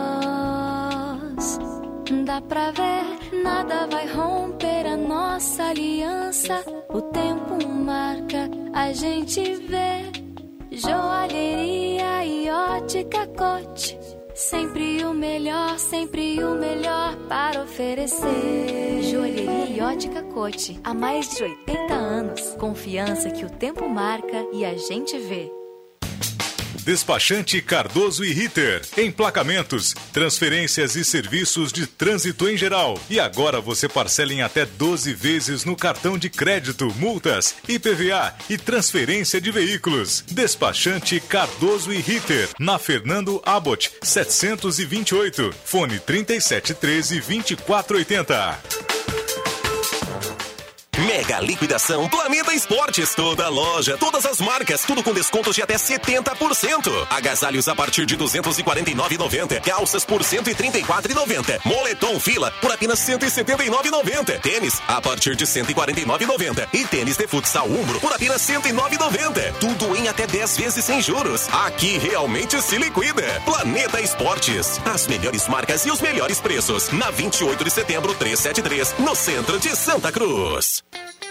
Q: nós. Dá pra ver, nada vai romper a nossa aliança. O tempo marca, a gente vê. Joalheria e ótica Cote, sempre o melhor, sempre o melhor para oferecer. Joalheria e ótica Cote, há mais de oitenta anos. Confiança que o tempo marca e a gente vê.
R: Despachante Cardoso e Ritter. Emplacamentos, transferências e serviços de trânsito em geral. E agora você parcela em até doze vezes no cartão de crédito, multas, I P V A e transferência de veículos. Despachante Cardoso e Ritter. Na Fernando Abbott, setecentos e vinte e oito. Fone trinta e sete, treze, vinte e quatro, oitenta.
I: Mega liquidação Planeta Esportes. Toda loja, todas as marcas, tudo com descontos de até setenta por cento. Agasalhos a partir de duzentos e quarenta e nove reais e noventa centavos. Calças por cento e trinta e quatro reais e noventa centavos. Moletom Fila por apenas cento e setenta e nove reais e noventa centavos. Tênis a partir de cento e quarenta e nove reais e noventa centavos. E tênis de futsal Umbro por apenas cento e nove reais e noventa centavos. Tudo em até dez vezes sem juros. Aqui realmente se liquida. Planeta Esportes. As melhores marcas e os melhores preços. Na vinte e oito de setembro, trezentos e setenta e três, no centro de Santa Cruz.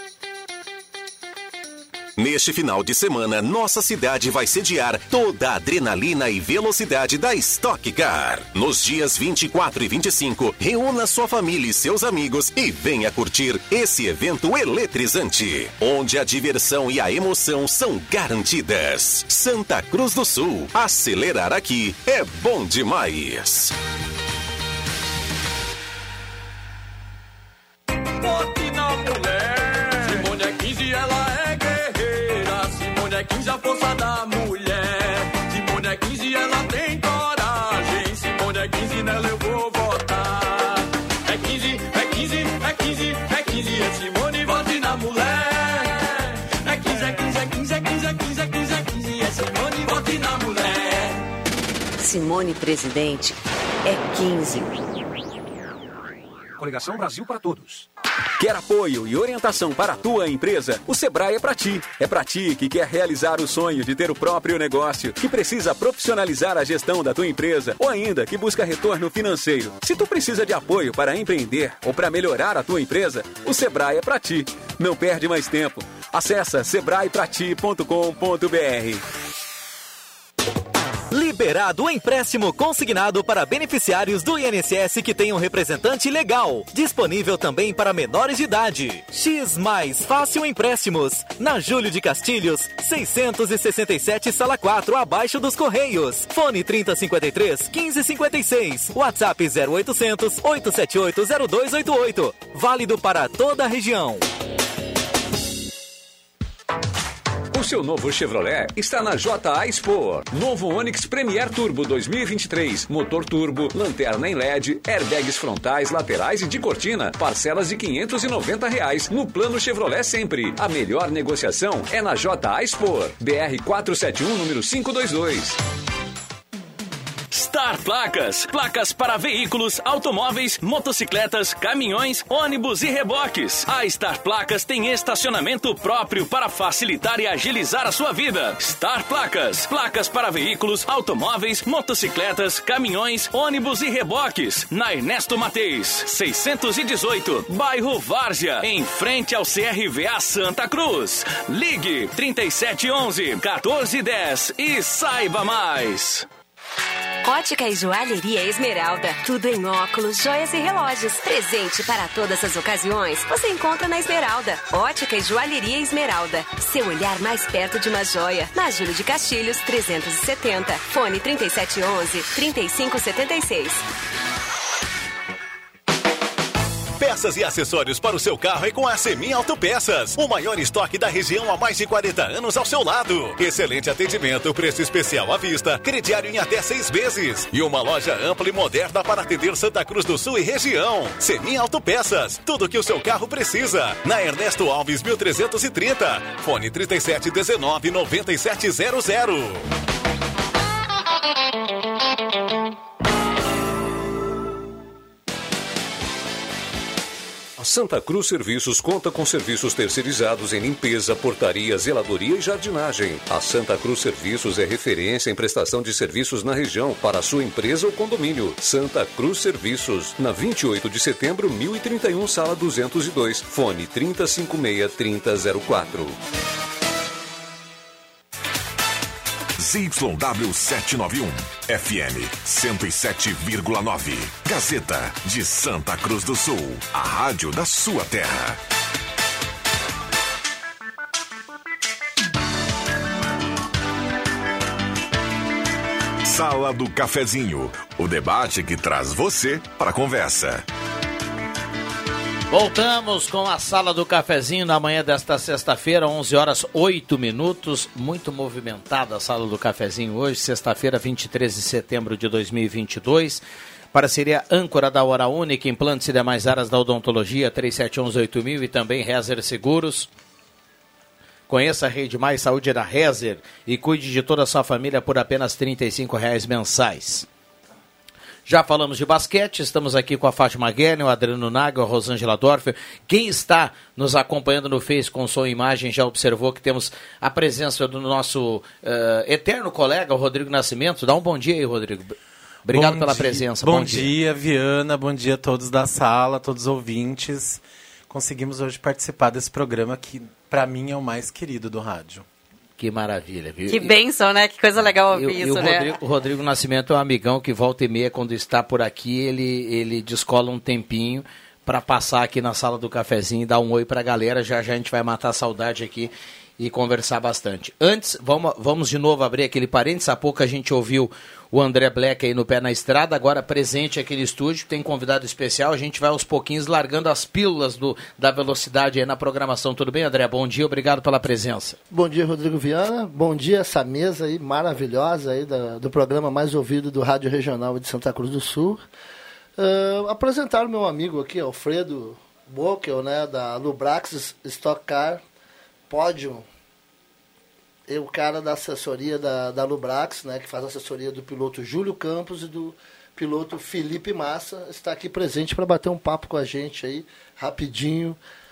I: Neste final de semana, nossa cidade vai sediar toda a adrenalina e velocidade da Stock Car. Nos dias vinte e quatro e vinte e cinco, reúna sua família e seus amigos e venha curtir esse evento eletrizante, onde a diversão e a emoção são garantidas. Santa Cruz do Sul, acelerar aqui é bom demais.
L: Bote na mulher, Simone é quinze, ela é quinze, a força da mulher. Simone é quinze, ela tem coragem. Simone é quinze, nela eu vou votar. É quinze, é quinze, é quinze, é quinze, é Simone, vote na mulher. É quinze, é quinze, é quinze, é quinze, é quinze, é quinze, é quinze, é Simone, vote na mulher.
S: Simone presidente é quinze.
T: Coligação Brasil para Todos.
S: Quer apoio e orientação para a tua empresa? O Sebrae é para ti. É para ti que quer realizar o sonho de ter o próprio negócio, que precisa profissionalizar a gestão da tua empresa ou ainda que busca retorno financeiro. Se tu precisa de apoio para empreender ou para melhorar a tua empresa, o Sebrae é para ti. Não perde mais tempo. Acesse sebrae prati ponto com ponto b r.
T: Liberado o empréstimo consignado para beneficiários do I N S S que tenham representante legal. Disponível também para menores de idade. X Mais Fácil Empréstimos. Na Júlio de Castilhos, seiscentos e sessenta e sete, sala quatro, abaixo dos Correios. Fone trinta, cinquenta e três, quinze, cinquenta e seis. WhatsApp zero oitocentos, oitocentos e setenta e oito, zero dois oito oito. Válido para toda a região.
J: O seu novo Chevrolet está na J A Expo. Novo Onix Premier Turbo dois mil e vinte e três. Motor turbo, lanterna em L E D, airbags frontais, laterais e de cortina. Parcelas de quinhentos e noventa reais no plano Chevrolet Sempre. A melhor negociação é na J A Expo. B R quatrocentos e setenta e um, número quinhentos e vinte e dois.
U: Star Placas. Placas para veículos, automóveis, motocicletas, caminhões, ônibus e reboques. A Star Placas tem estacionamento próprio para facilitar e agilizar a sua vida. Star Placas. Placas para veículos, automóveis, motocicletas, caminhões, ônibus e reboques. Na Ernesto Mateis, seiscentos e dezoito, bairro Várzea, em frente ao C R V A Santa Cruz. Ligue trinta e sete onze, quatorze dez e saiba mais.
V: Ótica e Joalheria Esmeralda. Tudo em óculos, joias e relógios. Presente para todas as ocasiões. Você encontra na Esmeralda. Ótica e Joalheria Esmeralda. Seu olhar mais perto de uma joia. Na Júlio de Castilhos, trezentos e setenta. Fone trinta e sete onze, trinta e cinco setenta e seis.
W: Peças e acessórios para o seu carro é com a Semin Autopeças. O maior estoque da região há mais de quarenta anos ao seu lado. Excelente atendimento, preço especial à vista, crediário em até seis vezes. E uma loja ampla e moderna para atender Santa Cruz do Sul e região. Semin Autopeças, tudo o que o seu carro precisa. Na Ernesto Alves, mil trezentos e trinta. Fone trinta e sete dezenove, noventa e sete zero zero.
P: Santa Cruz Serviços conta com serviços terceirizados em limpeza, portaria, zeladoria e jardinagem. A Santa Cruz Serviços é referência em prestação de serviços na região para a sua empresa ou condomínio. Santa Cruz Serviços, na vinte e oito de setembro, mil e trinta e um, sala duzentos e dois. Fone trinta, cinquenta e seis, trinta zero quatro.
B: Z Y W setecentos e noventa e um, F M cento e sete vírgula nove. Gazeta de Santa Cruz do Sul, a rádio da sua terra. Sala do Cafezinho, o debate que traz você para a conversa.
A: Voltamos com a Sala do Cafezinho na manhã desta sexta-feira, onze horas oito minutos. Muito movimentada a Sala do Cafezinho hoje, sexta-feira, vinte e três de setembro de dois mil e vinte e dois. Parceria âncora da Hora Única, implantes e demais áreas da odontologia, trinta e sete onze, oito mil e também Rezer Seguros. Conheça a Rede Mais Saúde da Rezer e cuide de toda a sua família por apenas trinta e cinco reais mensais. Já falamos de basquete, estamos aqui com a Fátima Guerra, o Adriano Nagel, a Rosângela Dorfer. Quem está nos acompanhando no Face com som e imagem já observou que temos a presença do nosso uh, eterno colega, o Rodrigo Nascimento. Dá um bom dia aí, Rodrigo. Obrigado
X: bom
A: pela
X: dia.
A: presença.
X: Bom,
A: bom
X: dia,
A: dia,
X: Viana. Bom dia a todos da sala, todos os ouvintes. Conseguimos hoje participar desse programa que, para mim, é o mais querido do rádio.
A: Que maravilha, viu?
O: Que bênção, né? Que coisa legal ouvir
A: e,
O: isso,
A: e o
O: né?
A: Rodrigo, o Rodrigo Nascimento é um amigão que volta e meia, quando está por aqui, ele, ele descola um tempinho para passar aqui na Sala do Cafezinho e dar um oi para a galera. Já já a gente vai matar a saudade aqui e conversar bastante. Antes, vamos, vamos de novo abrir aquele parênteses. Há pouco a gente ouviu o André Black aí no Pé na Estrada, agora presente aqui no estúdio, tem convidado especial. A gente vai aos pouquinhos largando as pílulas do, da velocidade aí na programação. Tudo bem, André? Bom dia, obrigado pela presença.
G: Bom dia, Rodrigo Viana. Bom dia, essa mesa aí maravilhosa aí da, do programa mais ouvido do Rádio Regional de Santa Cruz do Sul. Uh, apresentar o meu amigo aqui, Alfredo Bockel, né, da Lubrax Stock Car Pódio. Eu, cara da assessoria da, da Lubrax, né, que faz a assessoria do piloto Júlio Campos e do piloto Felipe Massa está aqui presente para bater um papo com a gente aí, rapidinho,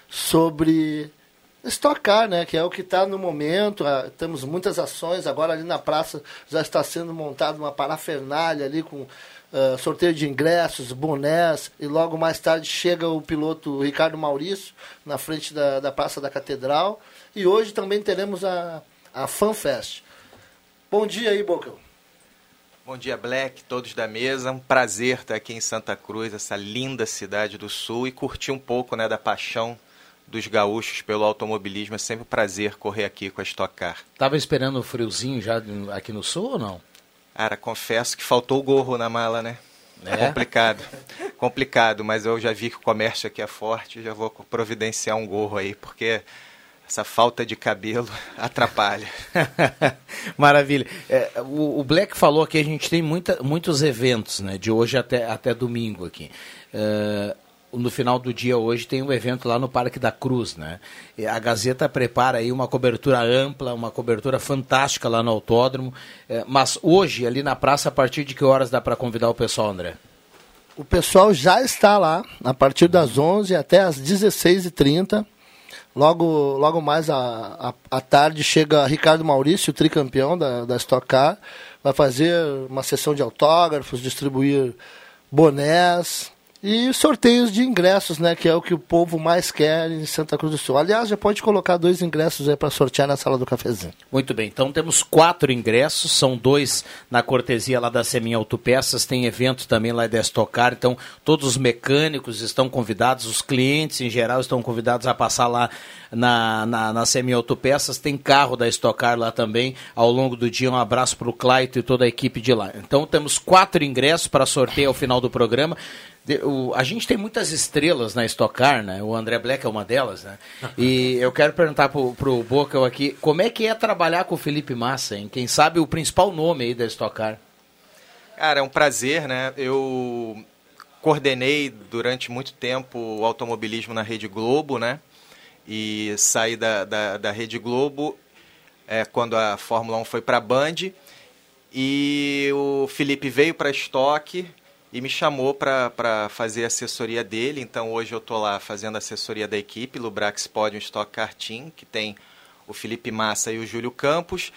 G: sobre Stock Car, né, que é o que está no momento. Ah, temos muitas ações, agora ali na praça já está sendo montada uma parafernália ali com uh, sorteio de ingressos, bonés, e logo mais tarde chega o piloto Ricardo Maurício na frente da, da Praça da Catedral, e hoje também teremos a, a FanFest. Bom dia aí, Bocão.
F: Bom dia, Black, todos da mesa. Um prazer estar aqui em Santa Cruz, essa linda cidade do Sul, e curtir um pouco, né, da paixão dos gaúchos pelo automobilismo. É sempre um prazer correr aqui com a Stock Car.
A: Tava esperando o friozinho já aqui no Sul ou não?
F: Cara, confesso que faltou o gorro na mala, né? É, é complicado. Complicado, mas eu já vi que o comércio aqui é forte, já vou providenciar um gorro aí, porque essa falta de cabelo atrapalha.
A: Maravilha. É, o, o Black falou que a gente tem muita, muitos eventos, né, de hoje até, até domingo aqui. É, no final do dia hoje tem um evento lá no Parque da Cruz, né? E a Gazeta prepara aí uma cobertura ampla, uma cobertura fantástica lá no autódromo. É, mas hoje, ali na praça, a partir de que horas dá para convidar o pessoal, André?
G: O pessoal já está lá, a partir das onze até as dezesseis e trinta. Logo, logo mais à, à, à tarde chega Ricardo Maurício, o tricampeão da, da Stock Car, vai fazer uma sessão de autógrafos, distribuir bonés e sorteios de ingressos, né, que é o que o povo mais quer em Santa Cruz do Sul. Aliás, já pode colocar dois ingressos aí para sortear na sala do cafezinho.
A: Muito bem, então temos quatro ingressos, são dois na cortesia lá da Seminha Autopeças, tem evento também lá da Stock Car, então todos os mecânicos estão convidados, os clientes em geral estão convidados a passar lá na, na, na Seminha Autopeças, tem carro da Stock Car lá também, ao longo do dia. Um abraço para o Claito e toda a equipe de lá. Então temos quatro ingressos para sorteio ao final do programa. De, o, a gente tem muitas estrelas na Stock Car, né? O André Black é uma delas, né? E eu quero perguntar pro, pro Boca aqui, como é que é trabalhar com o Felipe Massa, hein? Quem sabe o principal nome aí da Stock Car?
F: Cara, é um prazer, né? Eu coordenei durante muito tempo o automobilismo na Rede Globo, né? E saí da, da, da Rede Globo é, quando a Fórmula um foi para a Band, e o Felipe veio para a Stock e me chamou para fazer a assessoria dele. Então hoje eu estou lá fazendo a assessoria da equipe, Lubrax Podium Stock Car Team, que tem o Felipe Massa e o Júlio Campos,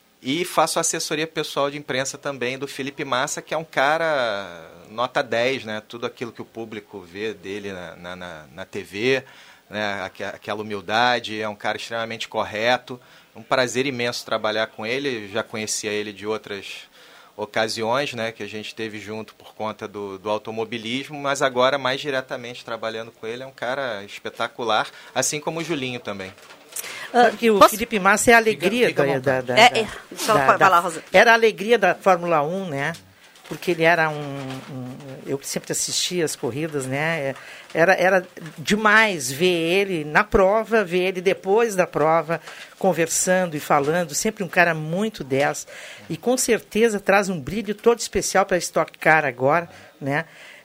F: e faço a assessoria pessoal de imprensa também do Felipe Massa, que é um cara nota dez, né? Tudo aquilo que o público vê dele na, na, na, na T V, né? Aquela humildade, é um cara extremamente correto. Um prazer imenso trabalhar com ele, já conhecia ele de outras ocasiões, né, que a gente teve junto por conta do, do automobilismo, mas agora mais diretamente trabalhando com ele. É um cara espetacular, assim como o Julinho também.
C: Sabe que o Posso... Felipe Massa é a alegria fica, fica da, da, da, é, é. Só da, da, Rosa. Era a alegria da Fórmula um, né? Porque ele era um, um eu sempre assistia as corridas, né? Era, era demais ver ele na prova, ver ele depois da prova, conversando e falando, sempre um cara muito dez, e com certeza traz um brilho todo especial para a Stock Car agora, né?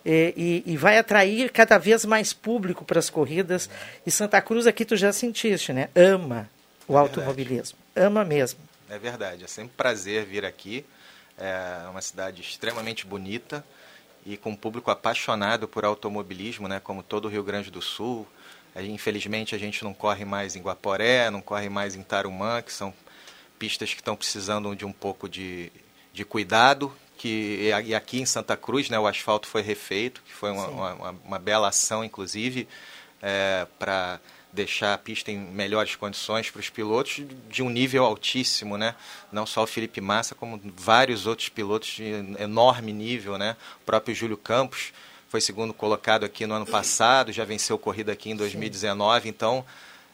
C: E, e, e vai atrair cada vez mais público para as corridas, e Santa Cruz aqui tu já sentiste, né? Ama o automobilismo, ama mesmo.
F: É verdade, é sempre um prazer vir aqui. É uma cidade extremamente bonita e com um público apaixonado por automobilismo, né, como todo o Rio Grande do Sul. Infelizmente a gente não corre mais em Guaporé, não corre mais em Tarumã, que são pistas que estão precisando de um pouco de, de cuidado. Que, e aqui em Santa Cruz, né, o asfalto foi refeito, que foi uma, uma, uma bela ação, inclusive, é, para deixar a pista em melhores condições para os pilotos de um nível altíssimo, né? Não só o Felipe Massa, como vários outros pilotos de enorme nível, né? O próprio Júlio Campos foi segundo colocado aqui no ano passado, já venceu corrida aqui em dois mil e dezenove. Sim. Então,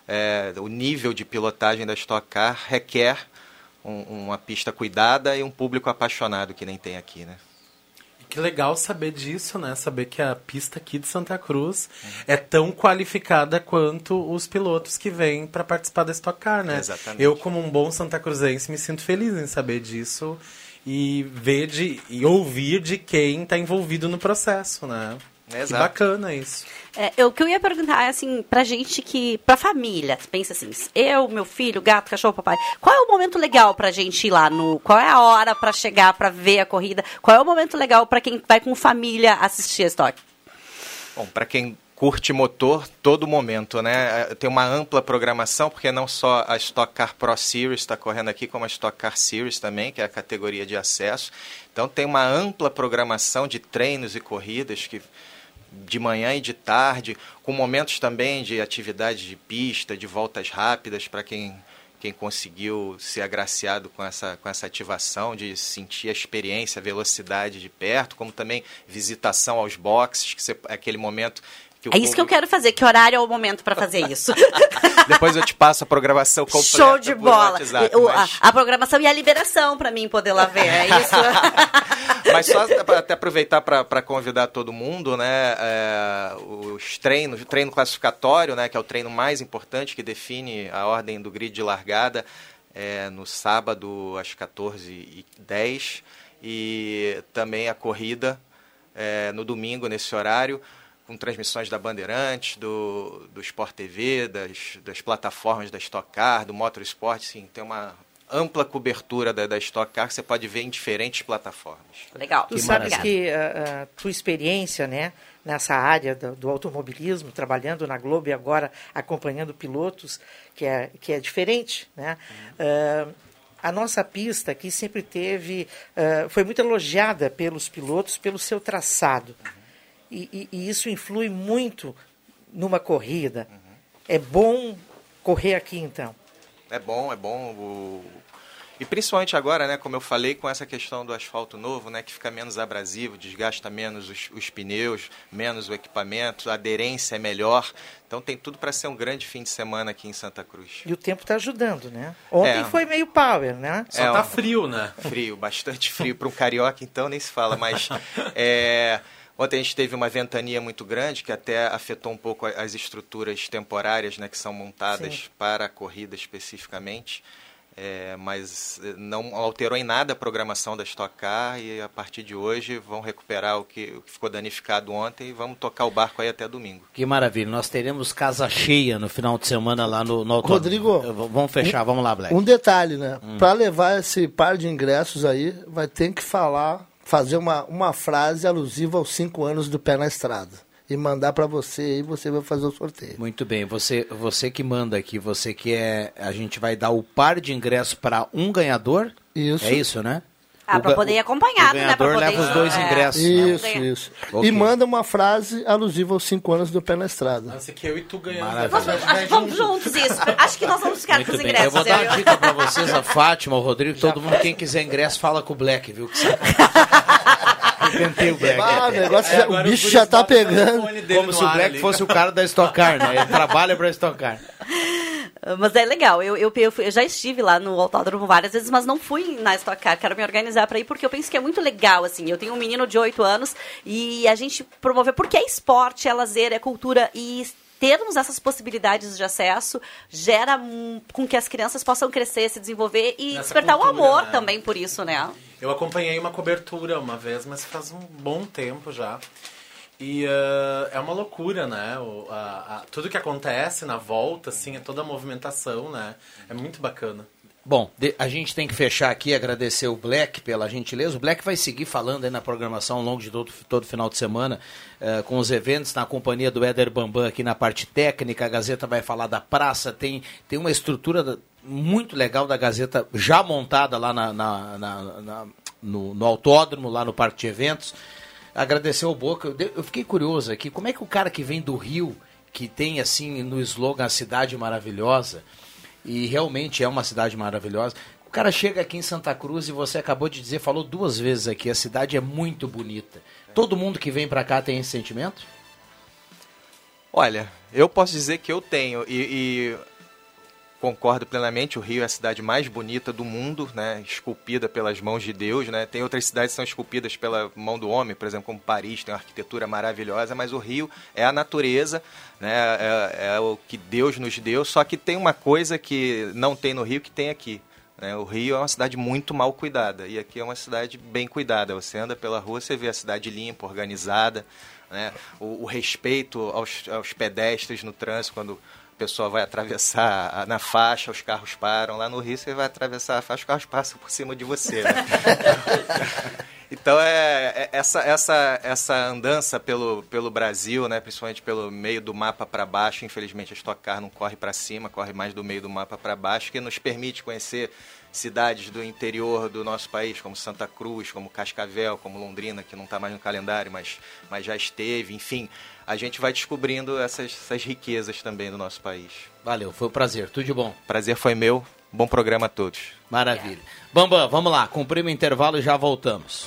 F: é, o nível de pilotagem da Stock Car requer um, uma pista cuidada e um público apaixonado que nem tem aqui, né?
X: Que legal saber disso, né? Saber que a pista aqui de Santa Cruz uhum. é tão qualificada quanto os pilotos que vêm para participar da Stock Car, né?
F: Exatamente.
X: Eu, como um bom santacruzense, me sinto feliz em saber disso e ver de, e ouvir de quem está envolvido no processo, né?
F: Exato.
X: Que bacana isso.
O: É, eu, o que eu ia perguntar é assim, pra gente que, pra família, pensa assim, eu, meu filho, gato, cachorro, papai, qual é o momento legal pra gente ir lá no, qual é a hora pra chegar, pra ver a corrida, qual é o momento legal pra quem vai com família assistir a Stock?
F: Bom, pra quem curte motor, todo momento, né? Tem uma ampla programação, porque não só a Stock Car Pro Series está correndo aqui, como a Stock Car Series também, que é a categoria de acesso. Então tem uma ampla programação de treinos e corridas que de manhã e de tarde, com momentos também de atividade de pista, de voltas rápidas para quem quem conseguiu ser agraciado com essa, com essa ativação, de sentir a experiência, a velocidade de perto, como também visitação aos boxes, que você, é aquele momento... Que
O: é isso povo... que eu quero fazer. Que horário é o momento para fazer isso?
F: Depois eu te passo a programação completa.
O: Show de bola.
F: WhatsApp,
O: o,
F: mas...
O: a, a programação e a liberação para mim poder lá ver, é isso?
F: Mas só até aproveitar para convidar todo mundo, né? É, os treinos, o treino classificatório, né? Que é o treino mais importante, que define a ordem do grid de largada, é, no sábado às quatorze e dez, e também a corrida é, no domingo nesse horário, com transmissões da Bandeirantes, do, do Sport T V, das, das plataformas da Stock Car, do Motorsport, sim, tem uma ampla cobertura da, da Stock Car que você pode ver em diferentes plataformas.
O: Legal.
C: Tu sabes que a, a tua experiência, né, nessa área do, do automobilismo, trabalhando na Globo e agora acompanhando pilotos, que é, que é diferente, né? Uhum. Uh, a nossa pista aqui sempre teve, uh, foi muito elogiada pelos pilotos pelo seu traçado. Uhum. E, e, e isso influi muito numa corrida. Uhum. É bom correr aqui, então?
F: É bom, é bom. O... E principalmente agora, né, como eu falei, com essa questão do asfalto novo, né, que fica menos abrasivo, desgasta menos os, os pneus, menos o equipamento, a aderência é melhor. Então tem tudo para ser um grande fim de semana aqui em Santa Cruz.
C: E o tempo está ajudando, né? Ontem é. foi meio power, né?
X: Só é, tá frio, né?
F: Frio, bastante frio. Para um carioca, então, nem se fala. Mas é... ontem a gente teve uma ventania muito grande que até afetou um pouco as estruturas temporárias, né, que são montadas Sim. para a corrida especificamente, é, mas não alterou em nada a programação da Stock Car e a partir de hoje vão recuperar o que, o que ficou danificado ontem e vamos tocar o barco aí até domingo.
A: Que maravilha, nós teremos casa cheia no final de semana lá no, no autódromo.
H: Rodrigo,
A: vamos fechar, um, vamos lá, Black.
H: Um detalhe, né, hum. para levar esse par de ingressos aí, vai ter que falar... fazer uma, uma frase alusiva aos cinco anos do Pé na Estrada e mandar para você e você vai fazer o sorteio.
A: Muito bem, você, você que manda aqui, você que é, a gente vai dar o par de ingressos para um ganhador,
H: isso.
A: É isso, né?
O: Ah, para poder ir acompanhado, né? O
A: ganhador
O: né?
A: leva os dois
O: é.
A: ingressos.
H: Isso,
A: né?
H: isso.
A: Okay.
H: E manda uma frase alusiva aos cinco anos do Pé na Estrada.
X: Nossa, que eu e tu ganhamos.
O: Nós vamos, vamos juntos isso. Acho que nós vamos ficar
A: Muito
O: com os
A: bem.
O: ingressos.
A: Eu vou dar uma dica para vocês, a Fátima, o Rodrigo, todo mundo, quem quiser ingresso, fala com o Black, viu? Que
H: o Black. Ah, o, negócio é, já, o bicho já tá pegando.
A: Como se o Black ali. fosse o cara da Stock Car, né? Ele trabalha para Stock Car.
O: Mas é legal, eu, eu, eu, eu já estive lá no autódromo várias vezes, mas não fui na Stock Car, quero me organizar para ir, porque eu penso que é muito legal, assim, eu tenho um menino de oito anos e a gente promover, porque é esporte, é lazer, é cultura e termos essas possibilidades de acesso gera um, com que as crianças possam crescer, se desenvolver e Nessa despertar o amor né? também por isso, né?
X: Eu acompanhei uma cobertura uma vez, mas faz um bom tempo já. E uh, é uma loucura, né? O, a, a, tudo que acontece na volta, assim, é toda a movimentação, né? É muito bacana.
A: Bom, de, a gente tem que fechar aqui, agradecer o Black pela gentileza. O Black vai seguir falando aí na programação ao longo de todo, todo final de semana, uh, com os eventos, na companhia do Éder Bambam aqui na parte técnica. A Gazeta vai falar da praça, tem, tem uma estrutura da, muito legal da Gazeta já montada lá na, na, na, na, no, no autódromo, lá no parque de eventos. Agradecer ao Boca, eu fiquei curioso aqui, como é que o cara que vem do Rio, que tem assim no slogan a cidade maravilhosa, e realmente é uma cidade maravilhosa, o cara chega aqui em Santa Cruz e você acabou de dizer, falou duas vezes aqui, a cidade é muito bonita. Todo mundo que vem pra cá tem esse sentimento?
F: Olha, eu posso dizer que eu tenho, e... e... concordo plenamente, o Rio é a cidade mais bonita do mundo, né? Esculpida pelas mãos de Deus, né? Tem outras cidades que são esculpidas pela mão do homem, por exemplo, como Paris, tem uma arquitetura maravilhosa, mas o Rio é a natureza, né? É, é o que Deus nos deu, só que tem uma coisa que não tem no Rio que tem aqui, né? O Rio é uma cidade muito mal cuidada, e aqui é uma cidade bem cuidada. Você anda pela rua, você vê a cidade limpa, organizada, né? O, o respeito aos, aos pedestres no trânsito, quando a pessoa vai atravessar na faixa, os carros param. Lá no Rio, você vai atravessar a faixa, os carros passam por cima de você, né? Então, é, é essa, essa, essa andança pelo, pelo Brasil, né, principalmente pelo meio do mapa para baixo, infelizmente a Stock Car não corre para cima, corre mais do meio do mapa para baixo, que nos permite conhecer cidades do interior do nosso país, como Santa Cruz, como Cascavel, como Londrina, que não está mais no calendário, mas, mas já esteve. Enfim, a gente vai descobrindo essas, essas riquezas também do nosso país.
A: Valeu, foi um prazer. Tudo de bom.
F: Prazer foi meu. Bom programa a todos.
A: Maravilha. Bambam, vamos lá. Cumprimos o intervalo e já voltamos.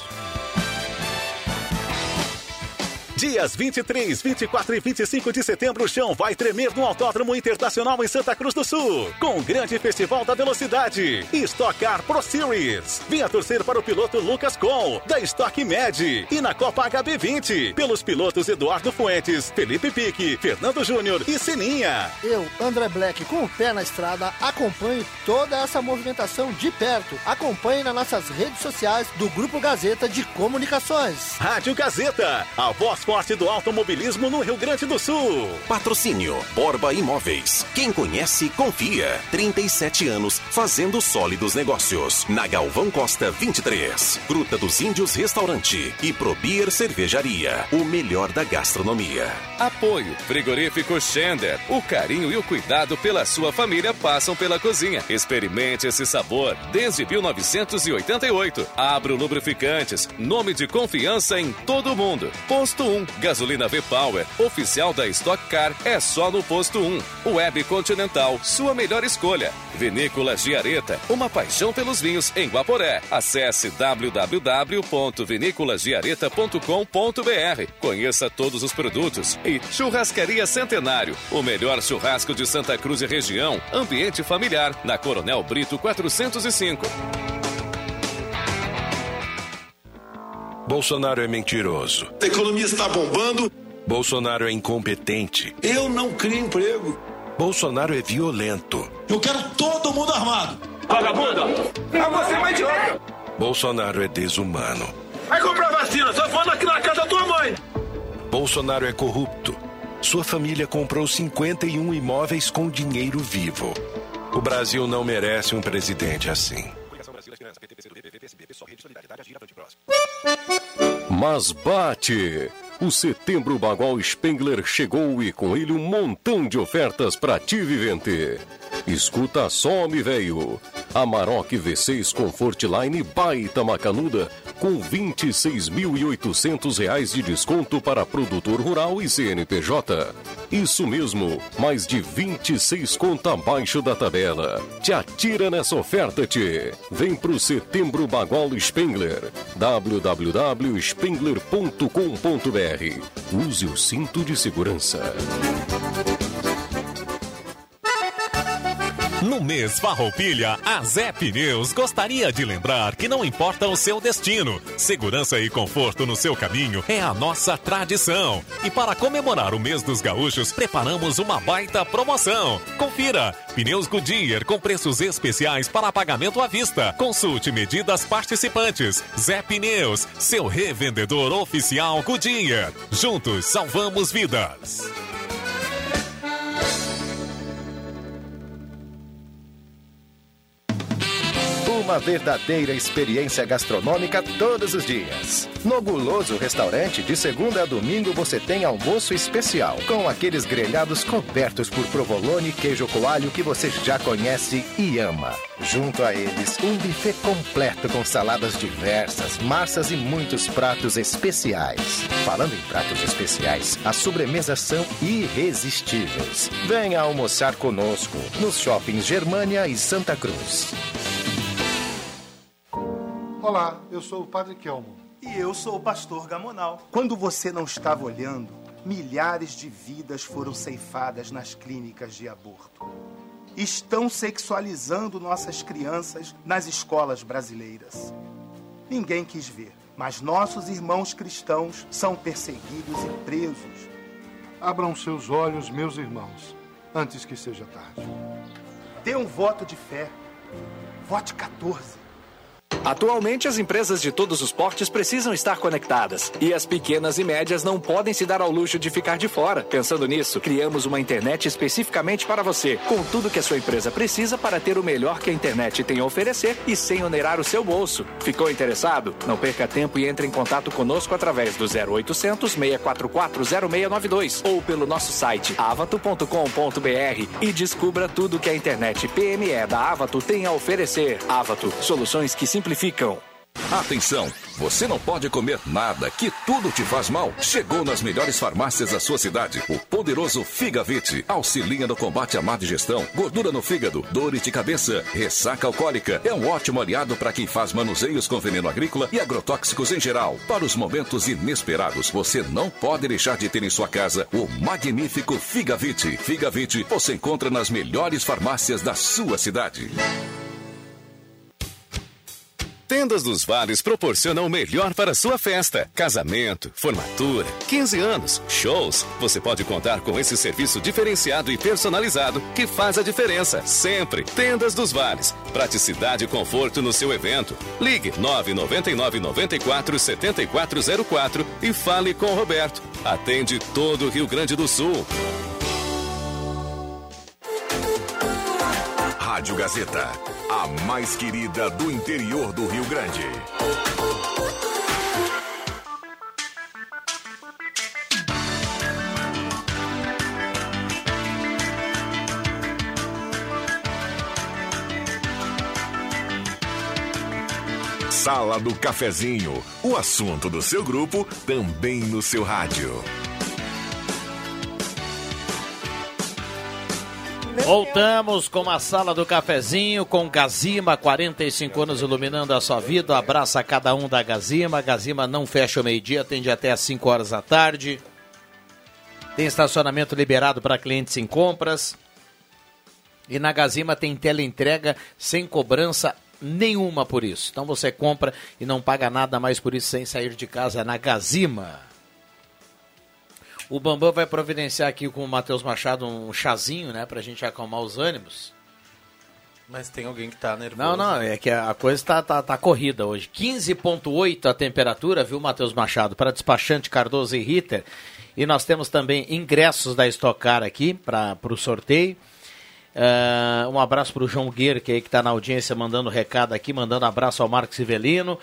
W: Dias vinte e três, vinte e quatro e vinte e cinco de setembro, o chão vai tremer no Autódromo Internacional em Santa Cruz do Sul, com o grande Festival da Velocidade, Stock Car Pro Series. Venha torcer para o piloto Lucas Con, da Stock Med, e na Copa H B vinte, pelos pilotos Eduardo Fuentes, Felipe Pique, Fernando Júnior e Sininha.
H: Eu, André Black, com o pé na estrada, acompanho toda essa movimentação de perto. Acompanhe nas nossas redes sociais do Grupo Gazeta de Comunicações.
W: Rádio Gazeta, a voz forte do automobilismo no Rio Grande do Sul.
I: Patrocínio Borba Imóveis. Quem conhece, confia. trinta e sete anos fazendo sólidos negócios. Na Galvão Costa vinte e três. Gruta dos Índios Restaurante e Probier Cervejaria. O melhor da gastronomia.
J: Apoio Frigorífico Schender. O carinho e o cuidado pela sua família passam pela cozinha. Experimente esse sabor desde mil novecentos e oitenta e oito. Abro Lubrificantes. Nome de confiança em todo mundo. Posto um. Gasolina V-Power, oficial da Stock Car, é só no Posto um. Web Continental, sua melhor escolha. Vinícola Giareta, uma paixão pelos vinhos em Guaporé. Acesse w w w ponto vinícola giareta ponto com ponto b r. Conheça todos os produtos. E Churrascaria Centenário, o melhor churrasco de Santa Cruz e região. Ambiente familiar, na Coronel Brito quatrocentos e cinco.
D: Bolsonaro é mentiroso.
K: A economia está bombando.
D: Bolsonaro é incompetente.
K: Eu não crio emprego.
D: Bolsonaro é violento.
K: Eu quero todo mundo armado.
D: Vagabundo!
K: É você, mais idiota!
D: Bolsonaro é desumano.
K: Vai comprar vacina, só falando aqui na casa da tua mãe.
D: Bolsonaro é corrupto. Sua família comprou cinquenta e um imóveis com dinheiro vivo. O Brasil não merece um presidente assim.
P: Mas bate! O Setembro Bagual Spengler chegou e com ele um montão de ofertas para ti, vivente. Escuta só, me veio. Amarok V seis Comfortline baita macanuda com vinte e seis mil e oitocentos reais de desconto para produtor rural e C N P J. Isso mesmo, mais de vinte e seis conta abaixo da tabela. Te atira nessa oferta, tchê. Vem pro Setembro Bagual Spengler. w w w ponto spengler ponto com ponto b r. Use o cinto de segurança.
M: No mês Farroupilha, a Zé Pneus gostaria de lembrar que não importa o seu destino, segurança e conforto no seu caminho é a nossa tradição. E para comemorar o mês dos gaúchos, preparamos uma baita promoção. Confira! Pneus Goodyear com preços especiais para pagamento à vista. Consulte medidas participantes. Zé Pneus, seu revendedor oficial Goodyear. Juntos salvamos vidas.
N: Uma verdadeira experiência gastronômica todos os dias. No Guloso Restaurante, de segunda a domingo, você tem almoço especial, com aqueles grelhados cobertos por provolone e queijo coalho que você já conhece e ama. Junto a eles, um buffet completo com saladas diversas, massas e muitos pratos especiais. Falando em pratos especiais, as sobremesas são irresistíveis. Venha almoçar conosco, nos shoppings Germânia e Santa Cruz.
Y: Olá, eu sou o Padre Kelmo.
Z: E eu sou o Pastor Gamonal. Quando você não estava olhando, milhares de vidas foram ceifadas nas clínicas de aborto. Estão sexualizando nossas crianças nas escolas brasileiras. Ninguém quis ver, mas nossos irmãos cristãos são perseguidos e presos.
Y: Abram seus olhos, meus irmãos, antes que seja tarde.
Z: Dê um voto de fé. Vote quatorze.
E: Atualmente, as empresas de todos os portes precisam estar conectadas. E as pequenas e médias não podem se dar ao luxo de ficar de fora. Pensando nisso, criamos uma internet especificamente para você, com tudo que a sua empresa precisa para ter o melhor que a internet tem a oferecer e sem onerar o seu bolso. Ficou interessado? Não perca tempo e entre em contato conosco através do zero oitocentos, seis quatro quatro, zero seis nove dois ou pelo nosso site avato ponto com ponto br e descubra tudo que a internet P M E da Avato tem a oferecer. Avato, soluções que simplificam.
J: Atenção, você não pode comer nada, que tudo te faz mal. Chegou nas melhores farmácias da sua cidade, o poderoso Figavit. Auxilia no combate à má digestão, gordura no fígado, dores de cabeça, ressaca alcoólica. É um ótimo aliado para quem faz manuseios com veneno agrícola e agrotóxicos em geral. Para os momentos inesperados, você não pode deixar de ter em sua casa o magnífico Figavit. Figavit você encontra nas melhores farmácias da sua cidade.
I: Tendas dos Vales proporcionam o melhor para a sua festa. Casamento, formatura, quinze anos, shows. Você pode contar com esse serviço diferenciado e personalizado que faz a diferença. Sempre. Tendas dos Vales. Praticidade e conforto no seu evento. Ligue nove nove nove, nove quatro, sete quatro zero quatro e fale com o Roberto. Atende todo o Rio Grande do Sul.
B: Rádio Gazeta, a mais querida do interior do Rio Grande. Sala do Cafezinho, o assunto do seu grupo também no seu rádio.
A: Voltamos com a Sala do Cafezinho, com Gazima, quarenta e cinco anos iluminando a sua vida. Abraça a cada um da Gazima. A Gazima não fecha o meio-dia, atende até às cinco horas da tarde. Tem estacionamento liberado para clientes em compras. E na Gazima tem teleentrega sem cobrança nenhuma por isso. Então você compra e não paga nada mais por isso sem sair de casa na Gazima. O Bambam vai providenciar aqui com o Matheus Machado um chazinho, né, pra gente acalmar os ânimos.
X: Mas tem alguém que tá nervoso.
A: Não, não, é que a coisa tá, tá, tá corrida hoje. quinze vírgula oito a temperatura, viu, Matheus Machado, para despachante Cardoso e Ritter. E nós temos também ingressos da Stock Car aqui para o sorteio. Uh, um abraço para o João Guerra, que aí que está na audiência, mandando recado aqui, mandando abraço ao Marcos Civelino.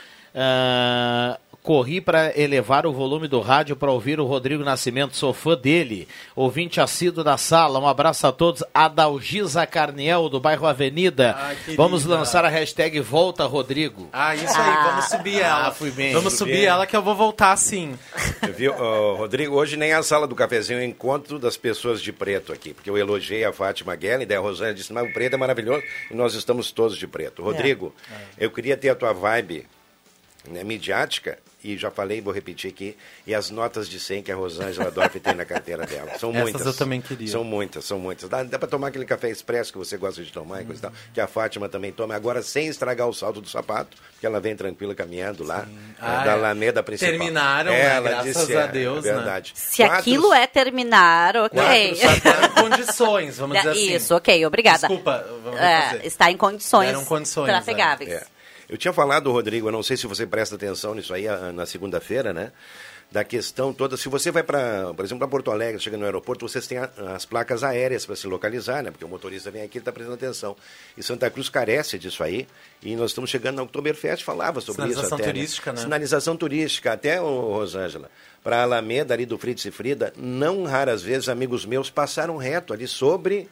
A: Uh, corri para elevar o volume do rádio para ouvir o Rodrigo Nascimento, sou fã dele, ouvinte assíduo da sala. Um abraço a todos. Adalgisa Carniel, do bairro Avenida. Ah, vamos lançar a hashtag Volta Rodrigo.
X: Ah, isso aí, ah. vamos subir ela.
A: Ah, fui bem,
X: vamos
A: fui
X: subir
A: bem.
X: ela que eu vou voltar sim.
L: Viu, uh, Rodrigo, hoje nem a Sala do Cafezinho é o encontro das pessoas de preto aqui, porque eu elogiei a Fátima Guelli, daí a Rosângela disse, mas o preto é maravilhoso e nós estamos todos de preto. Rodrigo, é. É. eu queria ter a tua vibe, né, midiática, e já falei, vou repetir aqui, e as notas de cem que a Rosângela Dorf tem na carteira dela. São
X: Essas
L: muitas.
X: eu também queria.
L: São muitas, são muitas. Dá, dá para tomar aquele café expresso que você gosta de tomar, hum. e coisa e tal, que a Fátima também toma, agora sem estragar o salto do sapato, porque ela vem tranquila caminhando lá, ah, da é. Alameda principal.
X: Terminaram,
L: ela
X: né? Graças
L: disse,
X: a Deus,
L: é, verdade.
X: Né?
O: Se Quatro... aquilo é terminar, ok.
X: Está em condições, vamos dizer assim.
O: Isso, ok, obrigada.
X: Desculpa, vamos
O: é, está em condições,
X: Deram condições
O: trafegáveis.
L: É. Eu tinha falado, Rodrigo, eu não sei se você presta atenção nisso aí na segunda-feira, né? Da questão toda, se você vai para, por exemplo, para Porto Alegre, chega no aeroporto, vocês têm a, as placas aéreas para se localizar, né? Porque o motorista vem aqui e está prestando atenção. E Santa Cruz carece disso aí. E nós estamos chegando na Oktoberfest, falava sobre isso até.
X: Sinalização turística, né?
L: Sinalização turística, até, ô, Rosângela, para a Alameda ali do Fritz e Frida, não raras vezes amigos meus passaram reto ali sobre...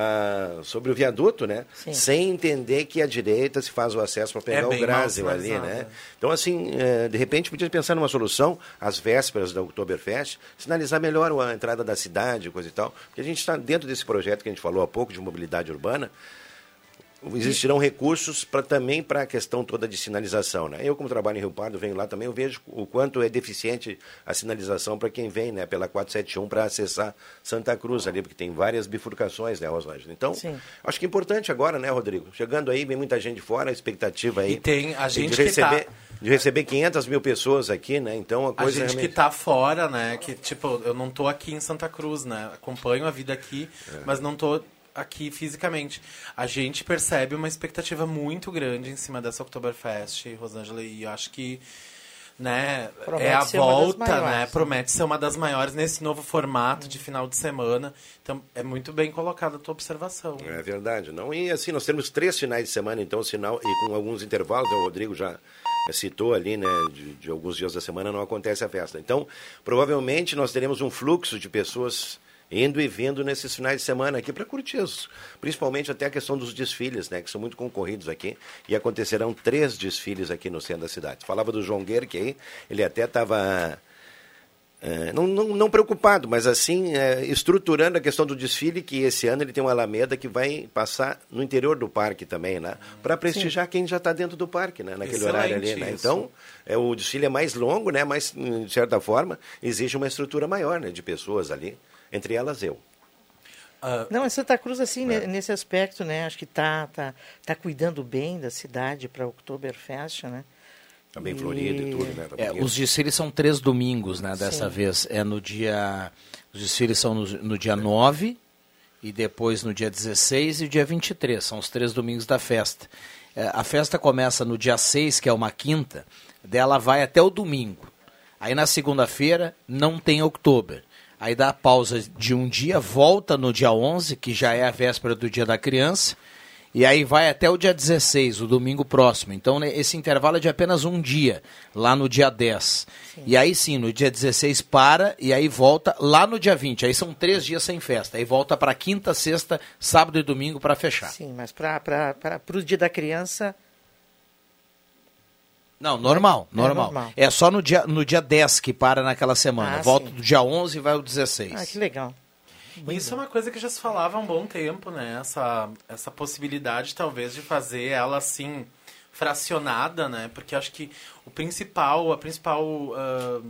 L: Ah, sobre o viaduto, né? Sim. Sem entender que à direita se faz o acesso para pegar é o Grásio ali, né? Então, assim, é, de repente podia pensar numa solução, às vésperas da Oktoberfest, sinalizar melhor a entrada da cidade, coisa e tal, porque a gente está dentro desse projeto que a gente falou há pouco, de mobilidade urbana. Existirão recursos pra, também para a questão toda de sinalização, né? Eu, como trabalho em Rio Pardo, venho lá também, eu vejo o quanto é deficiente a sinalização para quem vem, né, pela quatrocentos e setenta e um para acessar Santa Cruz ali, porque tem várias bifurcações, né, Rosângela? Então, Sim. acho que é importante agora, né, Rodrigo? Chegando aí, vem muita gente de fora, a expectativa aí...
X: E tem a gente
L: de receber,
X: que tá...
L: de receber quinhentas mil pessoas aqui, né? Então, a coisa
X: A gente
L: realmente...
X: que tá fora, né, que, tipo, eu não tô aqui em Santa Cruz, né? Acompanho a vida aqui, é. mas não tô... aqui fisicamente. A gente percebe uma expectativa muito grande em cima dessa Oktoberfest, Rosângela, e eu acho que, né, é a volta, né? Promete ser uma das maiores nesse novo formato hum. de final de semana. Então, é muito bem colocada a tua observação.
L: É verdade, não? E assim, nós temos três finais de semana, então, sinal, e com alguns intervalos, o Rodrigo já citou ali, né, de, de alguns dias da semana não acontece a festa. Então, provavelmente nós teremos um fluxo de pessoas indo e vindo nesses finais de semana aqui para curtir, principalmente até a questão dos desfiles, né, que são muito concorridos aqui, e acontecerão três desfiles aqui no centro da cidade. Falava do João Guerre, que aí ele até estava é, não, não, não preocupado, mas assim, é, estruturando a questão do desfile, que esse ano ele tem uma alameda que vai passar no interior do parque também, né, para prestigiar Sim. quem já está dentro do parque, né, naquele Excelente horário ali, né. Então, é, o desfile é mais longo, né, mas de certa forma exige uma estrutura maior, né, de pessoas ali. Entre elas, eu.
C: Uh, Não, a Santa Cruz, assim, é. nesse aspecto, né? Acho que está tá, tá cuidando bem da cidade para o Oktoberfest, né?
L: Está bem e... florido e tudo, né? Tá
A: é, os desfiles são três domingos, né? Dessa Sim. vez. É no dia... Os desfiles são no, no dia nove, e depois no dia dezesseis e o dia vinte e três. São os três domingos da festa. É, a festa começa no dia seis, que é uma quinta, dela vai até o domingo. Aí na segunda-feira não tem Oktober. Aí dá a pausa de um dia, volta no dia onze, que já é a véspera do Dia da Criança, e aí vai até o dia dezesseis, o domingo próximo. Então, né, esse intervalo é de apenas um dia, lá no dia dez. Sim. E aí sim, no dia dezesseis para, e aí volta lá no dia vinte. Aí são três dias sem festa. Aí volta para quinta, sexta, sábado e domingo para fechar.
C: Sim, mas para o Dia da Criança...
A: Não, normal, normal. É, normal. É só no dia, no dia dez que para naquela semana. Ah, Volta sim. do dia onze e vai ao dezesseis.
C: Ah, que legal.
X: Muito Isso bom. É uma coisa que já se falava há um bom tempo, né? Essa, essa possibilidade, talvez, de fazer ela, assim, fracionada, né? Porque acho que o principal, a principal uh,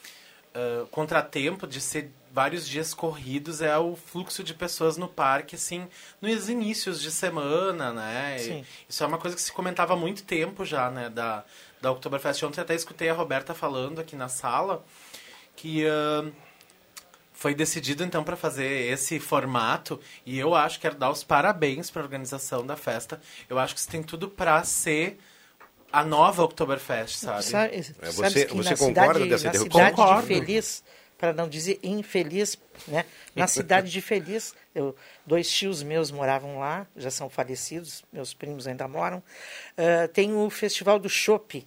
X: uh, contratempo de ser vários dias corridos é o fluxo de pessoas no parque, assim, nos inícios de semana, né? Sim. Isso é uma coisa que se comentava há muito tempo já, né? Da... da Oktoberfest. Ontem até escutei a Roberta falando aqui na sala que uh, foi decidido então para fazer esse formato, e eu acho que quero dar os parabéns para a organização da festa. Eu acho que isso tem tudo para ser a nova Oktoberfest, sabe?
C: Sabe, é, você você concorda cidade, dessa ideia? Na cidade Concordo. de Feliz, para não dizer infeliz, né? Na cidade de Feliz, eu, dois tios meus moravam lá, já são falecidos, meus primos ainda moram. Uh, tem o Festival do Chopp.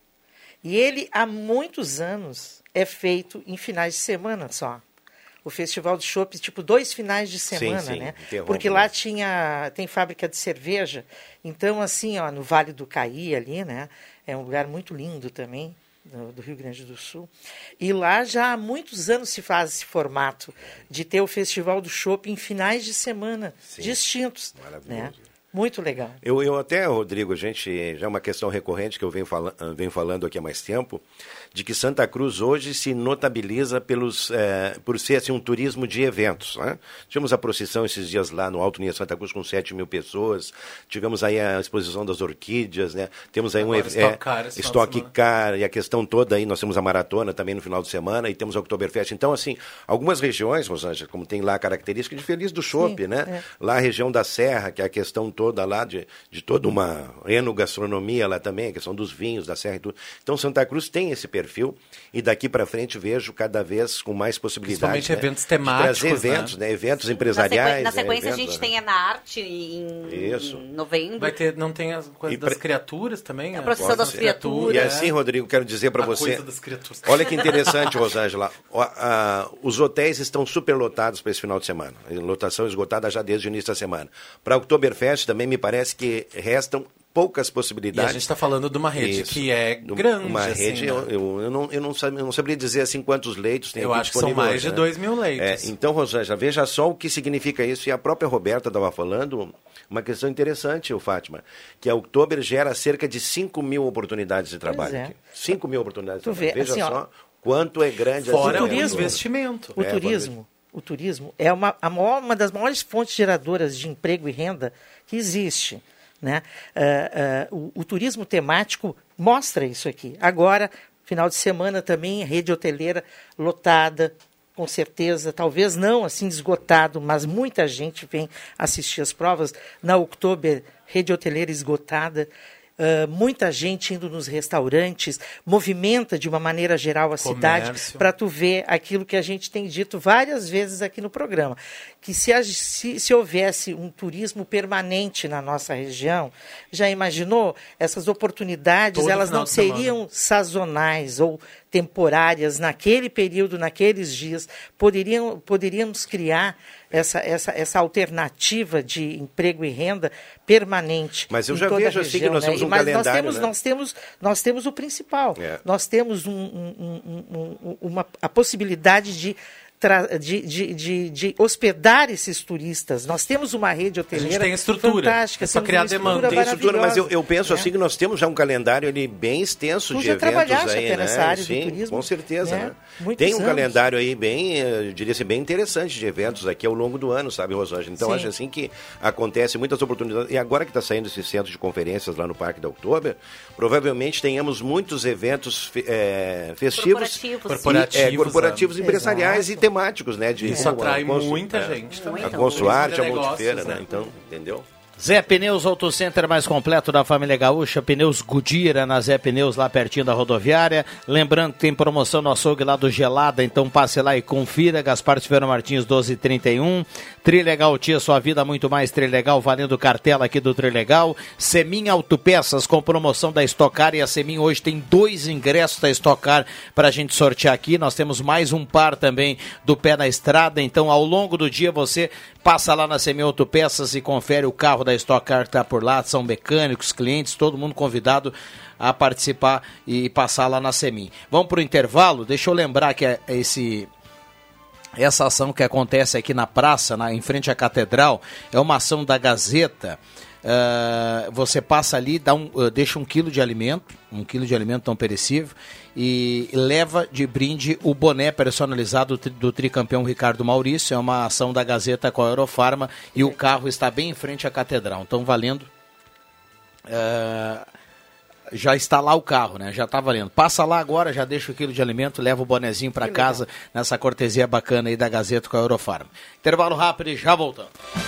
C: E ele, há muitos anos, é feito em finais de semana só. O Festival do Chopp, tipo, dois finais de semana, sim, sim, né? Porque lá tinha, tem fábrica de cerveja. Então, assim, ó, no Vale do Caí, ali, né? É um lugar muito lindo também, do, do Rio Grande do Sul. E lá já há muitos anos se faz esse formato de ter o Festival do Chopp em finais de semana, sim, distintos. Maravilhoso. Né? Muito legal.
L: Eu, eu até, Rodrigo, a gente, já é uma questão recorrente que eu venho, fala, venho falando aqui há mais tempo, de que Santa Cruz hoje se notabiliza pelos, é, por ser assim, um turismo de eventos. Né? Tivemos a procissão esses dias lá no Alto Nia Santa Cruz com sete mil pessoas, tivemos aí a exposição das orquídeas, né? Temos aí Agora, um
X: Stock Car,
L: é, Stock Car e a questão toda aí, nós temos a maratona também no final de semana e temos a Oktoberfest. Então, assim, algumas regiões, Rosângela, como tem lá a característica de Feliz do Chopp, né? É. Lá a região da Serra, que é a questão toda lá de, de toda uma enogastronomia lá também, a questão dos vinhos da Serra e tudo. Então, Santa Cruz tem esse perfil e daqui para frente vejo cada vez com mais possibilidades.
X: Principalmente, né, eventos temáticos,
L: de trazer eventos, né? né? Eventos empresariais.
O: Na sequência, na sequência
L: né?
O: a gente
L: eventos,
O: tem a Narte em,
L: Isso.
O: em novembro.
X: Vai ter, não tem as coisas das
L: pre...
X: criaturas também?
O: A procissão das criaturas.
L: E assim, Rodrigo, quero dizer para você...
X: Coisa das criaturas.
L: Olha que interessante, Rosângela. O, a, os hotéis estão superlotados para esse final de semana. A lotação esgotada já desde o início da semana. Para a Oktoberfest também me parece que restam poucas possibilidades.
X: E a gente está falando de uma rede Isso. que é grande.
L: Uma
X: assim,
L: rede,
X: né?
L: eu, eu, eu, não, eu, não sabe, eu não saberia dizer assim quantos leitos tem
X: eu
L: aqui
X: acho que são mais de
L: né?
X: dois mil leitos.
L: É, então, Rosângela, veja só o que significa isso. E a própria Roberta estava falando uma questão interessante, o Fátima, que a Oktober gera cerca de cinco mil oportunidades de trabalho.
C: É.
L: Aqui. cinco mil oportunidades
C: tu
L: de trabalho.
C: Vê,
L: Veja
C: assim,
L: só
C: ó,
L: quanto é grande
X: fora
L: a
X: o turismo, investimento.
C: O é, turismo, o turismo é uma, a maior, uma das maiores fontes geradoras de emprego e renda que existe. Né? Uh, uh, o, o turismo temático mostra isso aqui. Agora, final de semana também, rede hoteleira lotada, com certeza, talvez não assim esgotado, mas muita gente vem assistir as provas. Na Oktober, rede hoteleira esgotada. Uh, muita gente indo nos restaurantes, movimenta de uma maneira geral a cidade, para tu ver aquilo que a gente tem dito várias vezes aqui no programa, que se, a, se, se houvesse um turismo permanente na nossa região, já imaginou? Essas oportunidades, Todo elas não seriam sazonais ou temporárias naquele período, naqueles dias, poderiam, poderíamos criar essa, essa, essa alternativa de emprego e renda permanente.
L: Mas eu já vejo assim que nós temos um
C: Mas
L: calendário,
C: nós temos,
L: né?
C: nós temos, nós temos o principal.
L: É.
C: Nós temos um, um, um, um, uma, a possibilidade de De, de, de, de hospedar esses turistas. Nós temos uma rede hoteleira
X: a gente tem estrutura,
C: fantástica.
X: é só criar demanda.
L: Tem estrutura, mas eu, eu penso
C: né?
L: assim que nós temos já um calendário ele, bem extenso
C: tu
L: de
C: já
L: eventos aí,
C: até
L: né?
C: nessa área
L: Sim,
C: do turismo,
L: com certeza.
C: né?
L: Né? Tem um anos. calendário aí bem, eu diria assim, bem interessante de eventos aqui ao longo do ano, sabe, Rosângela? Então,
C: Sim.
L: acho assim que acontece muitas oportunidades. E agora que está saindo esse centro de conferências lá no Parque da Oktober, provavelmente tenhamos muitos eventos é, festivos,
O: corporativos,
L: corporativos, é, corporativos
C: é.
L: empresariais
C: Exato.
L: e temáticos, né? De,
X: Isso atrai
L: Consu-
X: muita
L: é,
X: gente também.
L: A Consuarte, a
X: Negócios,
L: Multifeira,
X: né?
L: né? Então, entendeu?
A: Zé Pneus Auto Center mais completo da família gaúcha, pneus Goodyear na Zé Pneus lá pertinho da rodoviária, lembrando que tem promoção no açougue lá do Gelada, então passe lá e confira, Gaspar Silveira Martins doze e trinta e um, Trilegal Tia, sua vida muito mais Trilegal, valendo cartela aqui do Trilegal, Semin Autopeças com promoção da Stock Car, e a Semin hoje tem dois ingressos da Stock Car para a gente sortear aqui, nós temos mais um par também do Pé na Estrada, então ao longo do dia você passa lá na Semin Autopeças e confere o carro da Stock Car que está por lá, são mecânicos, clientes, todo mundo convidado a participar e passar lá na Semin. Vamos para o intervalo, deixa eu lembrar que é esse... Essa ação que acontece aqui na praça, na, em frente à Catedral, é uma ação da Gazeta. Uh, você passa ali, dá um, uh, deixa um quilo de alimento, um quilo de alimento não perecível, e leva de brinde o boné personalizado do, do tricampeão Ricardo Maurício. É uma ação da Gazeta com a Eurofarma e o carro está bem em frente à Catedral. Então, valendo... Uh, já está lá o carro, né? Já está valendo. Passa lá agora, já deixa o quilo de alimento, leva o bonezinho para casa, legal. Nessa cortesia bacana aí da Gazeta com a Eurofarma. Intervalo rápido e já voltamos.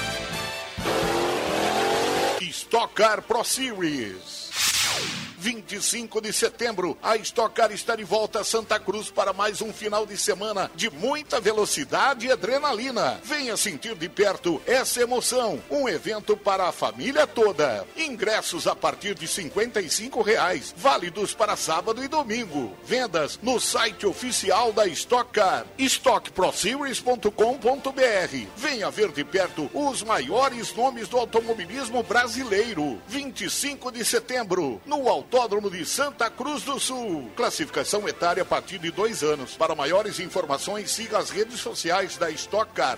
Q: Stock Car Pro Series. vinte e cinco de setembro, a Stock Car está de volta a Santa Cruz para mais um final de semana de muita velocidade e adrenalina. Venha sentir de perto essa emoção. Um evento para a família toda. Ingressos a partir de cinquenta e cinco reais, válidos para sábado e domingo. Vendas no site oficial da Stock Car, stock pro series ponto com ponto b r. Venha ver de perto os maiores nomes do automobilismo brasileiro. vinte e cinco de setembro, no Autódromo de Santa Cruz do Sul. Classificação etária a partir de dois anos. Para maiores informações, siga as redes sociais da Stock Car.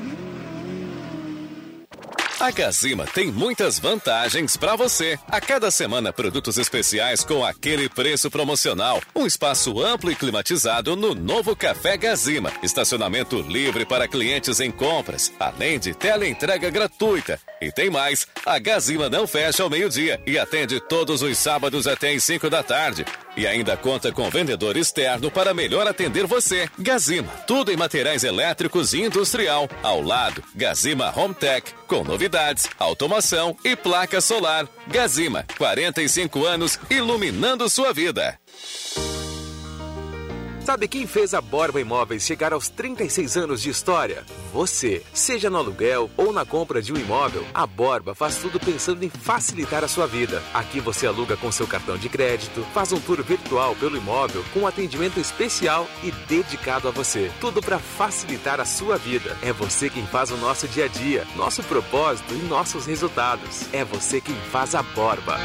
J: A Gazima tem muitas vantagens para você. A cada semana, produtos especiais com aquele preço promocional. Um espaço amplo e climatizado no novo Café Gazima. Estacionamento livre para clientes em compras, além de teleentrega gratuita. E tem mais, a Gazima não fecha ao meio-dia e atende todos os sábados até às cinco da tarde. E ainda conta com vendedor externo para melhor atender você. Gazima, tudo em materiais elétricos e industrial. Ao lado, Gazima Home Tech, com novidades, automação e placa solar. Gazima, quarenta e cinco anos, iluminando sua vida.
R: Sabe quem fez a Borba Imóveis chegar aos trinta e seis anos de história? Você. Seja no aluguel ou na compra de um imóvel, a Borba faz tudo pensando em facilitar a sua vida. Aqui você aluga com seu cartão de crédito, faz um tour virtual pelo imóvel com um atendimento especial e dedicado a você. Tudo para facilitar a sua vida. É você quem faz o nosso dia a dia, nosso propósito e nossos resultados. É você quem faz a Borba.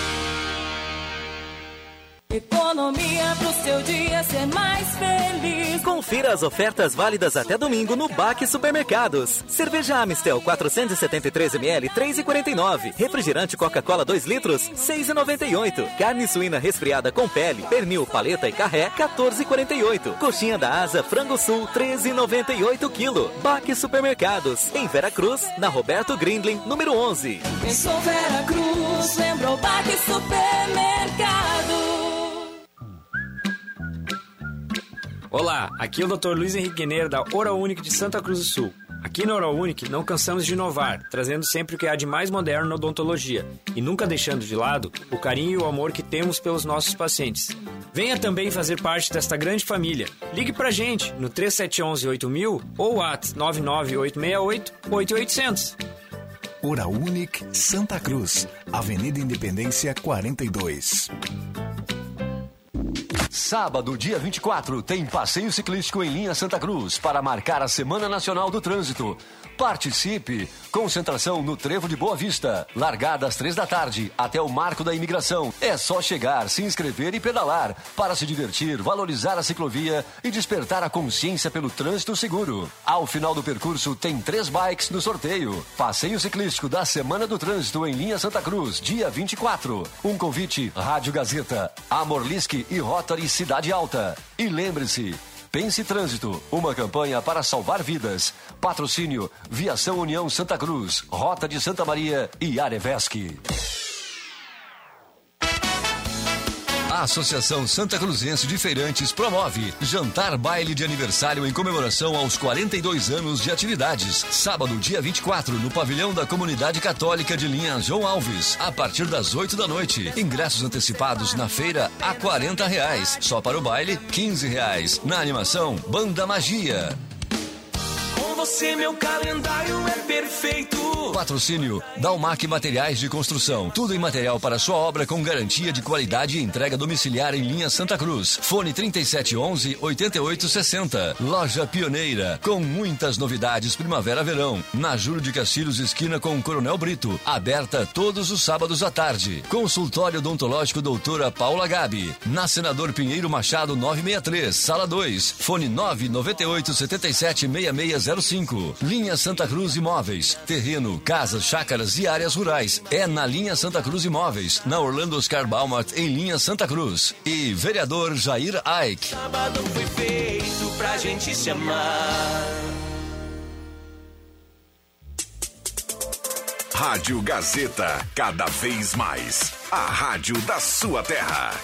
S: Economia pro seu dia ser mais feliz.
T: Confira as ofertas válidas até domingo no Baque Supermercados. Cerveja Amistel quatrocentos e setenta e três mililitros, três reais e quarenta e nove centavos. Refrigerante Coca-Cola dois litros, seis reais e noventa e oito centavos. Carne suína resfriada com pele, pernil, paleta e carré, quatorze reais e quarenta e oito centavos. Coxinha da Asa Frango Sul, treze reais e noventa e oito centavos quilo. Baque Supermercados, em Vera Cruz, na Roberto Grindlin, número onze.
S: Pensou Vera Cruz, lembrou Baque Supermercado.
F: Olá, aqui é o doutor Luiz Henrique Gueneiro da Oral Unique de Santa Cruz do Sul. Aqui na Oral Unique não cansamos de inovar, trazendo sempre o que há de mais moderno na odontologia e nunca deixando de lado o carinho e o amor que temos pelos nossos pacientes. Venha também fazer parte desta grande família. Ligue pra gente no três sete um um oito mil ou WhatsApp nove nove oito seis oito oito oito zero zero.
G: Oral Unique Santa Cruz, Avenida Independência quarenta e dois.
H: Sábado, dia vinte e quatro, tem passeio ciclístico em linha Santa Cruz para marcar a Semana Nacional do Trânsito. Participe! Concentração no Trevo de Boa Vista. Largada às três da tarde até o Marco da Imigração. É só chegar, se inscrever e pedalar para se divertir, valorizar a ciclovia e despertar a consciência pelo trânsito seguro. Ao final do percurso, tem três bikes no sorteio. Passeio ciclístico da Semana do Trânsito em linha Santa Cruz, dia vinte e quatro. Um convite, Rádio Gazeta, Amorlisque e Rotary Cidade Alta. E lembre-se, Pense Trânsito, uma campanha para salvar vidas. Patrocínio, Viação União Santa Cruz, Rota de Santa Maria e Arevesc. A Associação Santa Cruzense de Feirantes promove jantar baile de aniversário em comemoração aos quarenta e dois anos de atividades. Sábado, dia vinte e quatro, no pavilhão da Comunidade Católica de Linha João Alves, a partir das oito da noite. Ingressos antecipados na feira a quarenta reais. Só para o baile, quinze reais. Na animação, Banda Magia.
S: Com você meu calendário é perfeito.
H: Patrocínio Dalmac Materiais de Construção. Tudo em material para sua obra com garantia de qualidade e entrega domiciliar em linha Santa Cruz. Fone trinta e sete onze, oitenta e oito sessenta. Loja Pioneira. Com muitas novidades primavera-verão. Na Júlio de Castilhos, esquina com Coronel Brito. Aberta todos os sábados à tarde. Consultório Odontológico Doutora Paula Gabi. Na Senador Pinheiro Machado novecentos e sessenta e três, Sala dois. Fone nove nove oito sete sete seis seis zero cinco. Linha Santa Cruz Imóveis. Terreno, casas, chácaras e áreas rurais. É na Linha Santa Cruz Imóveis. Na Orlando Oscar Baumart, em Linha Santa Cruz. E vereador Jair Aik.
S: Sábado foi feito pra gente se amar.
B: Rádio Gazeta, cada vez mais. A rádio da sua terra.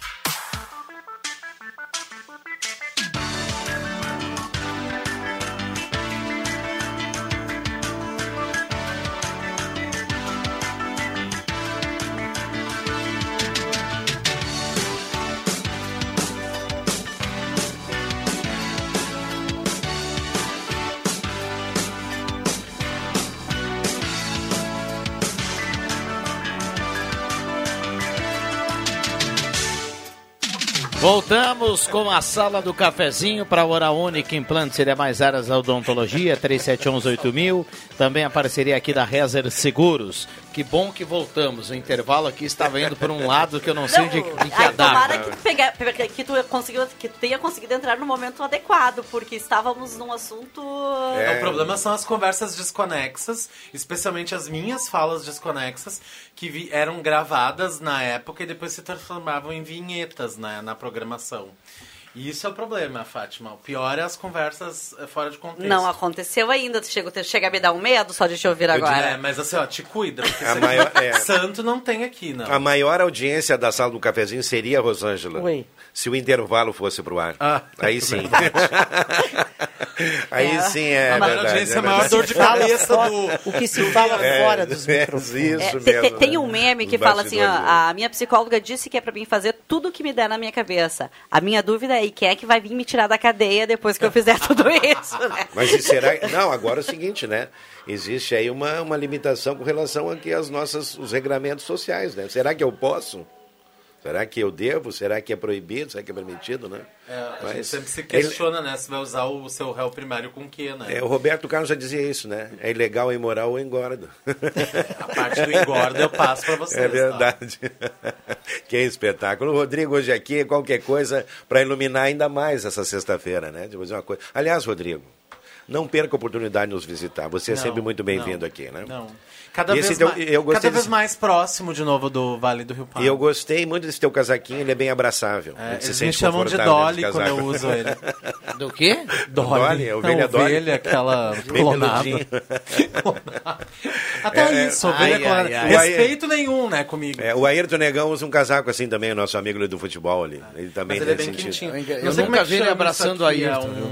A: Voltamos com a sala do cafezinho para a Oral Unique Implantes e demais áreas da odontologia, três sete um oito mil. Também a parceria aqui da Rezer Seguros. Que bom que voltamos. O intervalo aqui estava indo por um lado que eu não sei não, de, de que andar.
O: Tomara que tu, pega, que, tu conseguiu, que tu tenha conseguido entrar no momento adequado, porque estávamos num assunto...
X: É. O problema são as conversas desconexas, especialmente as minhas falas desconexas, que vi, eram gravadas na época e depois se transformavam em vinhetas, né, na programação. E isso é o problema, Fátima. O pior é as conversas fora de contexto.
O: Não aconteceu ainda. Tu chega, tu chega a me dar um medo só de te ouvir eu agora.
X: É, mas assim, ó, te cuida. Porque
L: a maior, é...
X: santo não tem aqui, não.
L: A maior audiência da sala do cafezinho seria a Rosângela.
O: Oi.
L: Se o intervalo fosse pro ar.
X: Ah,
L: aí sim. Aí é. sim é
X: a maior
L: verdade.
X: audiência é a maior dor de cabeça do...
C: O que se fala é, fora dos
L: é,
C: microfones.
L: Isso
O: é,
L: mesmo.
O: Tem um meme que fala assim, ó, a minha psicóloga disse que é pra mim fazer tudo o que me der na minha cabeça. A minha dúvida é, quem é que vai vir me tirar da cadeia depois que eu fizer tudo isso, né?
L: Mas e será... Não, agora é o seguinte, né? Existe aí uma, uma limitação com relação aqui aos nossos os regramentos sociais, né? Será que eu posso? Será que eu devo? Será que é proibido? Será que é permitido, né?
X: É, a Mas gente sempre se questiona, ele... né? Se vai usar o seu réu primário com o quê, né?
L: É, o Roberto Carlos já dizia isso, né? É ilegal, é imoral ou engorda.
X: A parte do engorda eu passo para vocês.
L: É verdade. Tá? Que espetáculo. O Rodrigo hoje aqui, qualquer coisa para iluminar ainda mais essa sexta-feira, né? De fazer uma coisa. Aliás, Rodrigo, não perca a oportunidade de nos visitar. Você é não, sempre muito bem-vindo aqui, né?
X: Não. Cada, vez, teu, mais, eu cada vez mais próximo de novo do Vale do Rio Pardo.
L: E eu gostei muito desse teu casaquinho, ele é bem abraçável.
X: É, eles me chamam de Dolly quando eu uso ele.
A: Do quê?
L: Dolly, Dolly a ovelha
X: Dolly. Ovelha, aquela clonada. A até
L: É, é,
X: isso. Ovelha
L: ai,
X: colorada.
L: ai, ai.
X: Respeito nenhum, né, comigo.
L: É, o Ayrton Negão usa um casaco assim também, o nosso amigo ali do futebol ali. Ele também
X: Mas ele
L: tem
X: é bem
L: sentido.
X: quentinho.
A: Eu, eu nunca vi ele abraçando o Ayrton, viu?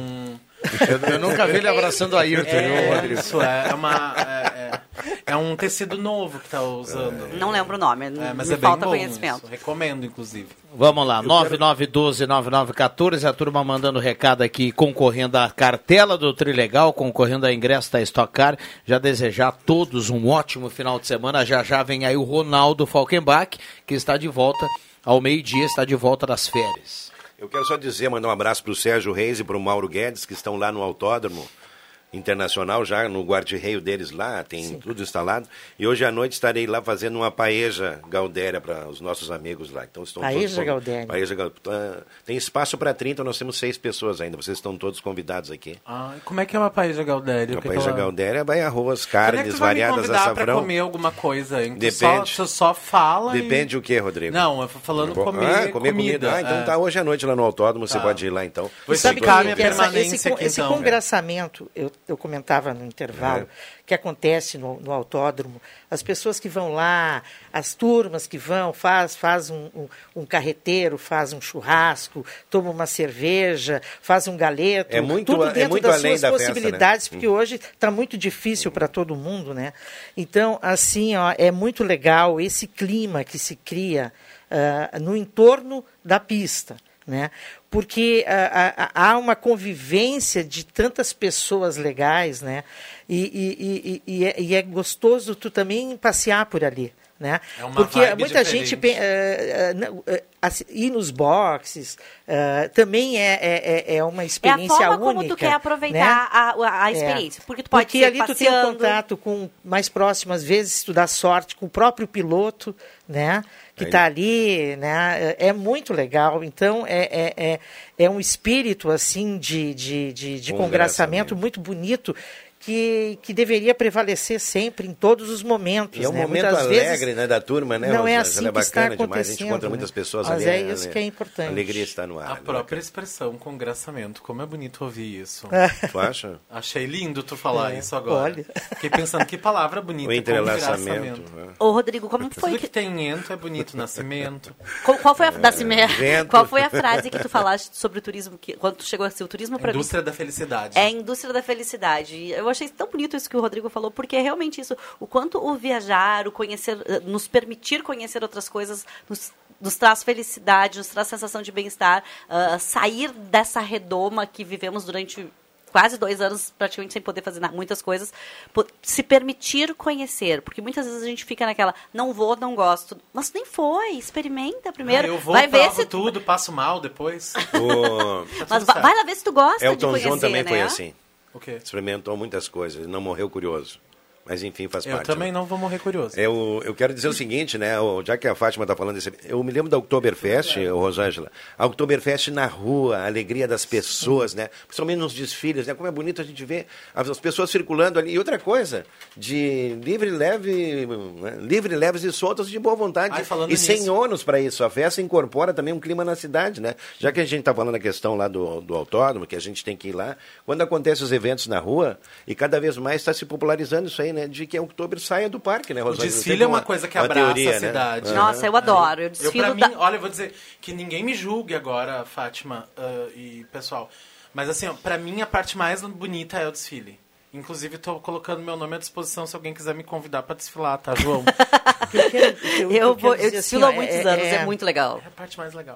A: Eu, eu nunca vi ele abraçando o Ayrton,
X: É,
A: viu, Rodrigo?
X: isso, é uma... É, é, é um tecido novo que tá usando.
O: Não lembro o nome,
X: É, mas
O: me
X: é bem
O: falta
X: bom
O: conhecimento.
X: isso. Recomendo, inclusive.
A: Vamos lá, nove nove um dois nove nove um quatro, a turma mandando recado aqui, concorrendo à cartela do Trilegal, concorrendo a ingresso da Stock Car. Já desejar a todos um ótimo final de semana. Já já vem aí o Ronaldo Falkenbach, que está de volta ao meio-dia, está de volta das férias.
L: Eu quero só dizer, mandar um abraço para o Sérgio Reis e para o Mauro Guedes, que estão lá no Autódromo Internacional, já no guarda-reio deles lá, tem Sim. tudo instalado. E hoje à noite estarei lá fazendo uma paeja Galdéria para os nossos amigos lá. Então, estão
C: paeja
L: todos,
C: Galdéria.
L: Paeja Galdéria. Tem espaço para trinta, nós temos seis pessoas ainda. Vocês estão todos convidados aqui.
X: Ah, como é que é uma paeja Galdéria?
L: Uma
X: que
L: paeja
X: que ela...
L: Galdéria vai arroz,
X: Quando
L: carnes
X: é que tu vai
L: variadas
X: me
L: a
X: convidar
L: safrão.
X: Pra comer alguma coisa, hein?
L: Depende.
X: Tu só, tu só fala
L: Depende
X: e...
L: o que, Rodrigo?
X: Não, eu tô falando
L: ah,
X: comer,
L: comer comida.
X: comida.
L: Ah, então
X: é.
L: tá hoje à noite lá no Autódromo, você
X: Tá.
L: pode ir lá então.
X: Você
C: Sabe que,
X: minha
C: que essa,
X: permanência
C: esse,
X: aqui,
C: esse
X: então.
C: congraçamento, eu, eu comentava no intervalo,
L: É.
C: que acontece no, no autódromo, as pessoas que vão lá, as turmas que vão, faz, faz um, um, um carreteiro, faz um churrasco, toma uma cerveja, faz um galeto,
L: É muito-
C: tudo
L: é
C: dentro
L: muito
C: das
L: além
C: suas
L: da festa,
C: possibilidades,
L: né?
C: porque hoje está muito difícil para todo mundo, né? Então, assim, ó, é muito legal esse clima que se cria uh, no entorno da pista, né? Porque uh, uh, há uma convivência de tantas pessoas legais, né? E, e, e, e, é, e é gostoso tu também passear por ali, né?
X: É uma
C: Porque
X: vibe
C: muita
X: diferente.
C: gente uh, uh, uh, assim, ir nos boxes uh, também é, é, é uma experiência
O: É a forma
C: única.
O: como tu quer aproveitar
C: né?
O: a, a
C: É.
O: experiência. Porque tu pode
C: Porque
O: ser
C: ali tu tem um
O: passeando.
C: contato com mais próximo, às vezes, se tu dá sorte, com o próprio piloto, né? Que
L: Aí-
C: está ali, né? É é muito legal. Então, é, é, é, é um espírito, assim, de, de, de, de congraçamento muito bonito, que, que deveria prevalecer sempre, em todos os momentos.
L: E é um
C: né?
L: momento
C: Muitas
L: alegre,
C: vezes,
L: né, da turma, né,
C: não é
L: Rosângela?
C: assim
L: É
C: que está
L: bacana demais, a gente encontra
C: acontecendo,
L: muitas
C: né?
L: pessoas
C: Mas
L: ali.
C: é
L: né?
C: isso que é importante.
L: A alegria está no ar.
X: A
L: né,
X: própria expressão congraçamento, como é bonito ouvir isso.
L: Tu acha?
X: Achei lindo tu falar
C: É,
X: isso agora.
C: olha.
X: Fiquei pensando que palavra bonita.
L: O entrelaçamento.
X: congraçamento.
L: né?
O: Ô, Rodrigo, como foi
X: Tudo
O: que...
X: que tem ento é bonito, nascimento.
O: Qual, qual foi a nascimento?
L: vento.
O: Qual foi a frase que tu falaste sobre o turismo, que, quando tu chegou a ser o turismo para mim?
X: Indústria da felicidade.
O: É a indústria da felicidade. E eu achei tão bonito isso que o Rodrigo falou, porque é realmente isso. O quanto o viajar, o conhecer, eh, nos permitir conhecer outras coisas, nos, nos traz felicidade, nos traz sensação de bem-estar, ah, sair dessa redoma que vivemos durante quase dois anos praticamente sem poder fazer na- muitas coisas, po- se permitir conhecer, porque muitas vezes a gente fica naquela, não vou, não gosto, mas nem foi, experimenta primeiro,
X: Ah, eu vou,
O: vai ver
X: provo
O: se
X: tudo, passo mal depois.
L: O
O: mas va- vai lá ver se tu gosta de
L: Elton
O: conhecer,
L: John também
O: né?
L: foi assim.
X: O quê?
L: Experimentou muitas coisas, ele não morreu curioso. Mas enfim, faz
X: Eu
L: parte.
X: também não vou morrer curioso.
L: Eu, eu quero dizer o seguinte, né? o- Já que a Fátima está falando desse. Eu me lembro da Oktoberfest, ô, Rosângela. A Oktoberfest na rua, a alegria das pessoas, né? Principalmente nos desfiles, né? Como é bonito a gente ver as, as pessoas circulando ali. E outra coisa, de livre, leve, né? livre, leves e soltas de boa vontade.
X: Ai, falando
L: e sem
X: nisso.
L: ônus para isso. A festa incorpora também um clima na cidade, né? Já que a gente está falando a questão lá do, do autódromo, que a gente tem que ir lá. Quando acontecem os eventos na rua, e cada vez mais está se popularizando isso aí, né? De que a Oktober saia do parque, né,
X: O
L: Rosângela?
X: desfile
L: Tem
X: é uma coisa que abraça
L: teoria,
X: a cidade.
L: Né?
O: Nossa, eu adoro. Eu
X: Eu,
O: desfilo
X: pra mim,
O: da...
X: olha, eu vou dizer que ninguém me julgue agora, Fátima ah, e pessoal. Mas assim, ó, pra mim a parte mais bonita é o desfile. Inclusive, tô colocando meu nome à disposição se alguém quiser me convidar pra desfilar, tá, João?
C: Eu, quero- eu-
O: Eu,
C: eu
O: vou,
C: quero
O: eu
C: dizer
O: desfilo há
C: assim, ó,
O: muitos
C: é-
O: anos, é,
C: é-
O: muito legal.
X: É a parte mais legal.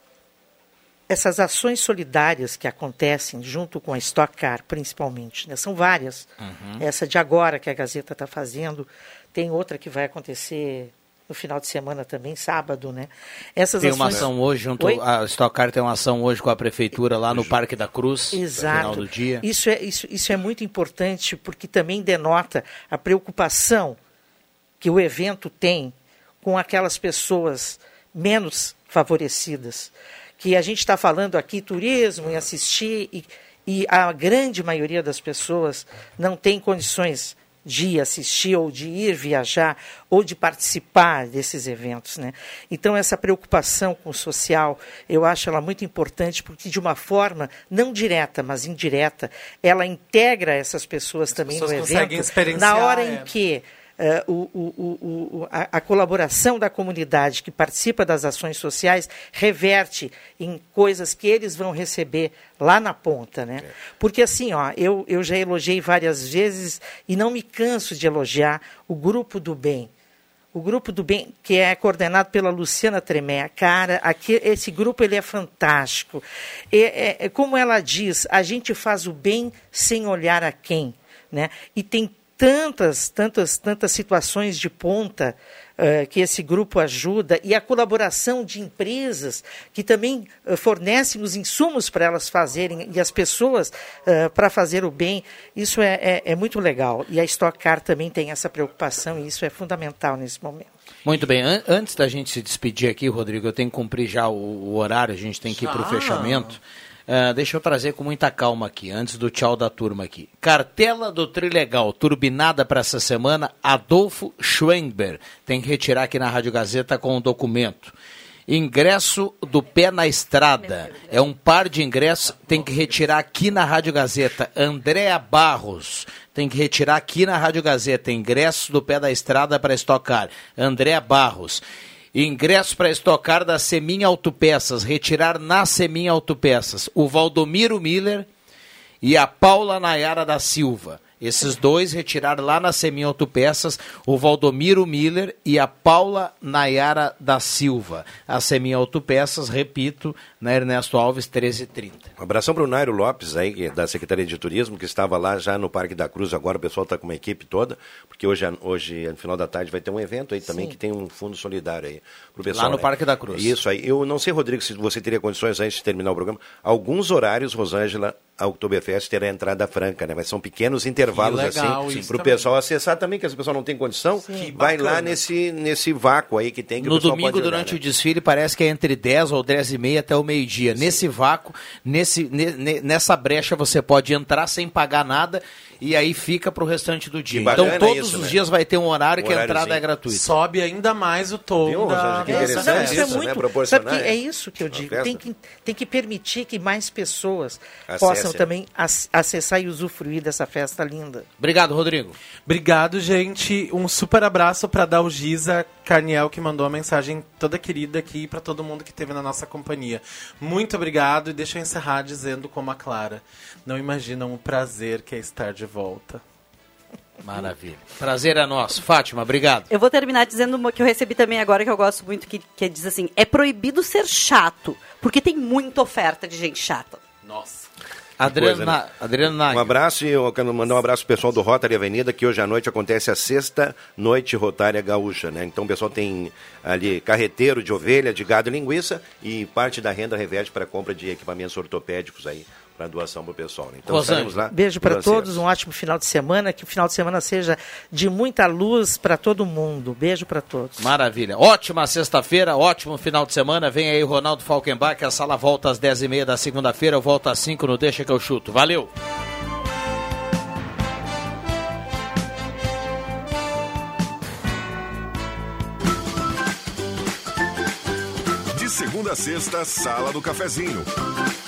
C: essas ações solidárias que acontecem junto com a Stock Car, principalmente, né? São várias.
A: Uhum.
C: Essa de agora que a Gazeta está fazendo, tem outra que vai acontecer no final de semana também, sábado, né? Essas
A: Tem uma
C: ações...
A: ação hoje, junto,
C: Oi?
A: a Stock Car tem uma ação hoje com a prefeitura lá no Parque da Cruz, no
C: Exato.
A: final do dia.
C: Isso é, isso, isso é muito importante porque também denota a preocupação que o evento tem com aquelas pessoas menos favorecidas. Que a gente está falando aqui turismo e assistir, e, e a grande maioria das pessoas não tem condições de ir assistir ou de ir viajar ou de participar desses eventos, né? Então essa preocupação com o social, eu acho ela muito importante porque de uma forma não direta, mas indireta, ela integra essas pessoas também
X: pessoas
C: no
X: conseguem
C: evento
X: experienciar,
C: na hora
X: é.
C: em que uh, o, o, o, a, a colaboração da comunidade que participa das ações sociais reverte em coisas que eles vão receber lá na ponta, né? Porque assim, ó, eu, eu já elogiei várias vezes e não me canso de elogiar o Grupo do Bem. O Grupo do Bem, que é coordenado pela Luciana Tremé, cara, aqui, esse grupo ele é fantástico. É, é, como ela diz, a gente faz o bem sem olhar a quem, né? E tem tantas, tantas, tantas situações de ponta uh, que esse grupo ajuda, e a colaboração de empresas que também uh, fornecem os insumos para elas fazerem, e as pessoas uh, para fazer o bem, isso é, é, é muito legal. E a Stock Car também tem essa preocupação, e isso é fundamental nesse momento.
A: Muito bem, An- antes da gente se despedir aqui, Rodrigo, eu tenho que cumprir já o, o horário, a gente tem que ir para o fechamento. Uh, deixa eu trazer com muita calma aqui, antes do tchau da turma aqui. Cartela do Trilegal, turbinada para essa semana, Adolfo Schwenber. Tem que retirar aqui na Rádio Gazeta com o documento. Ingresso do Pé na Estrada. É um par de ingressos, tem que retirar aqui na Rádio Gazeta. Andréa Barros. Tem que retirar aqui na Rádio Gazeta. Ingresso do Pé da Estrada para estocar. Andréa Barros. Ingresso para estocar da Semin Autopeças, retirar na Semin Autopeças o Valdomiro Miller e a Paula Nayara da Silva. Esses dois retiraram lá na Semin Autopeças o Valdomiro Miller e a Paula Nayara da Silva. A Semin Autopeças, repito, na Ernesto Alves, treze e trinta.
L: Um abração para o Nairo Lopes, aí, da Secretaria de Turismo, que estava lá já no Parque da Cruz. Agora o pessoal está com uma equipe toda, porque hoje, hoje, no final da tarde, vai ter um evento aí também. Sim. Que tem um fundo solidário aí pro pessoal.
A: Lá no
L: né?
A: Parque da Cruz.
L: Isso aí. Eu não sei, Rodrigo, se você teria condições, antes de terminar o programa, alguns horários, Rosângela, a Oktoberfest terá entrada franca, né? Mas são pequenos intervalos legal, assim, para o pessoal acessar também, que as pessoas não têm condição. Sim. Vai lá nesse, nesse vácuo aí que tem. Que
A: no
L: o pessoal
A: domingo,
L: pode olhar,
A: durante
L: né?
A: o desfile, parece que é entre dez ou dez e meia até o meio-dia. Nesse vácuo, nesse, ne, nessa brecha, você pode entrar sem pagar nada e aí fica para o restante do dia. Então, todos
L: isso,
A: os
L: né?
A: dias vai ter um horário
L: um
A: que a entrada é gratuita.
X: Sobe ainda mais o tom
L: Viu,
X: da...
L: Rosângela, que interessante
C: isso,
L: isso,
C: é muito,
L: né? Proporcionar,
C: sabe que
L: é.
C: é isso que eu digo. Tem que, tem que permitir que mais pessoas
L: Acesse.
C: possam também ac- acessar e usufruir dessa festa linda.
A: Obrigado, Rodrigo.
X: Obrigado, gente. Um super abraço para Dalgisa Carniel, que mandou a mensagem toda querida aqui para todo mundo que esteve na nossa companhia. Muito obrigado, e deixa eu encerrar dizendo como a Clara: não imaginam o prazer que é estar de volta.
A: Maravilha. Prazer é nosso. Fátima, obrigado.
O: Eu vou terminar dizendo uma que eu recebi também agora, que eu gosto muito, que, que diz assim: é proibido ser chato, porque tem muita oferta de gente chata.
X: Nossa.
A: Adriano,
L: coisa,
A: Na...
L: né?
A: Adriano Nagel.
L: Um abraço, e eu quero mandar um abraço pro pessoal do Rotary Avenida, que hoje à noite acontece a sexta noite rotária gaúcha, né? Então o pessoal tem ali carreteiro de ovelha, de gado e linguiça, e parte da renda reverte para compra de equipamentos ortopédicos aí, para doação pro pessoal, né? Então estaremos lá.
C: Beijo para todos, um ótimo final de semana, que o final de semana seja de muita luz para todo mundo. Beijo para todos.
A: Maravilha. Ótima sexta-feira, ótimo final de semana. Vem aí o Ronaldo Falkenbach, a sala volta às dez e meia da segunda-feira, eu volto às cinco no Deixa que eu chuto. Valeu!
B: De segunda a sexta, Sala do Cafezinho.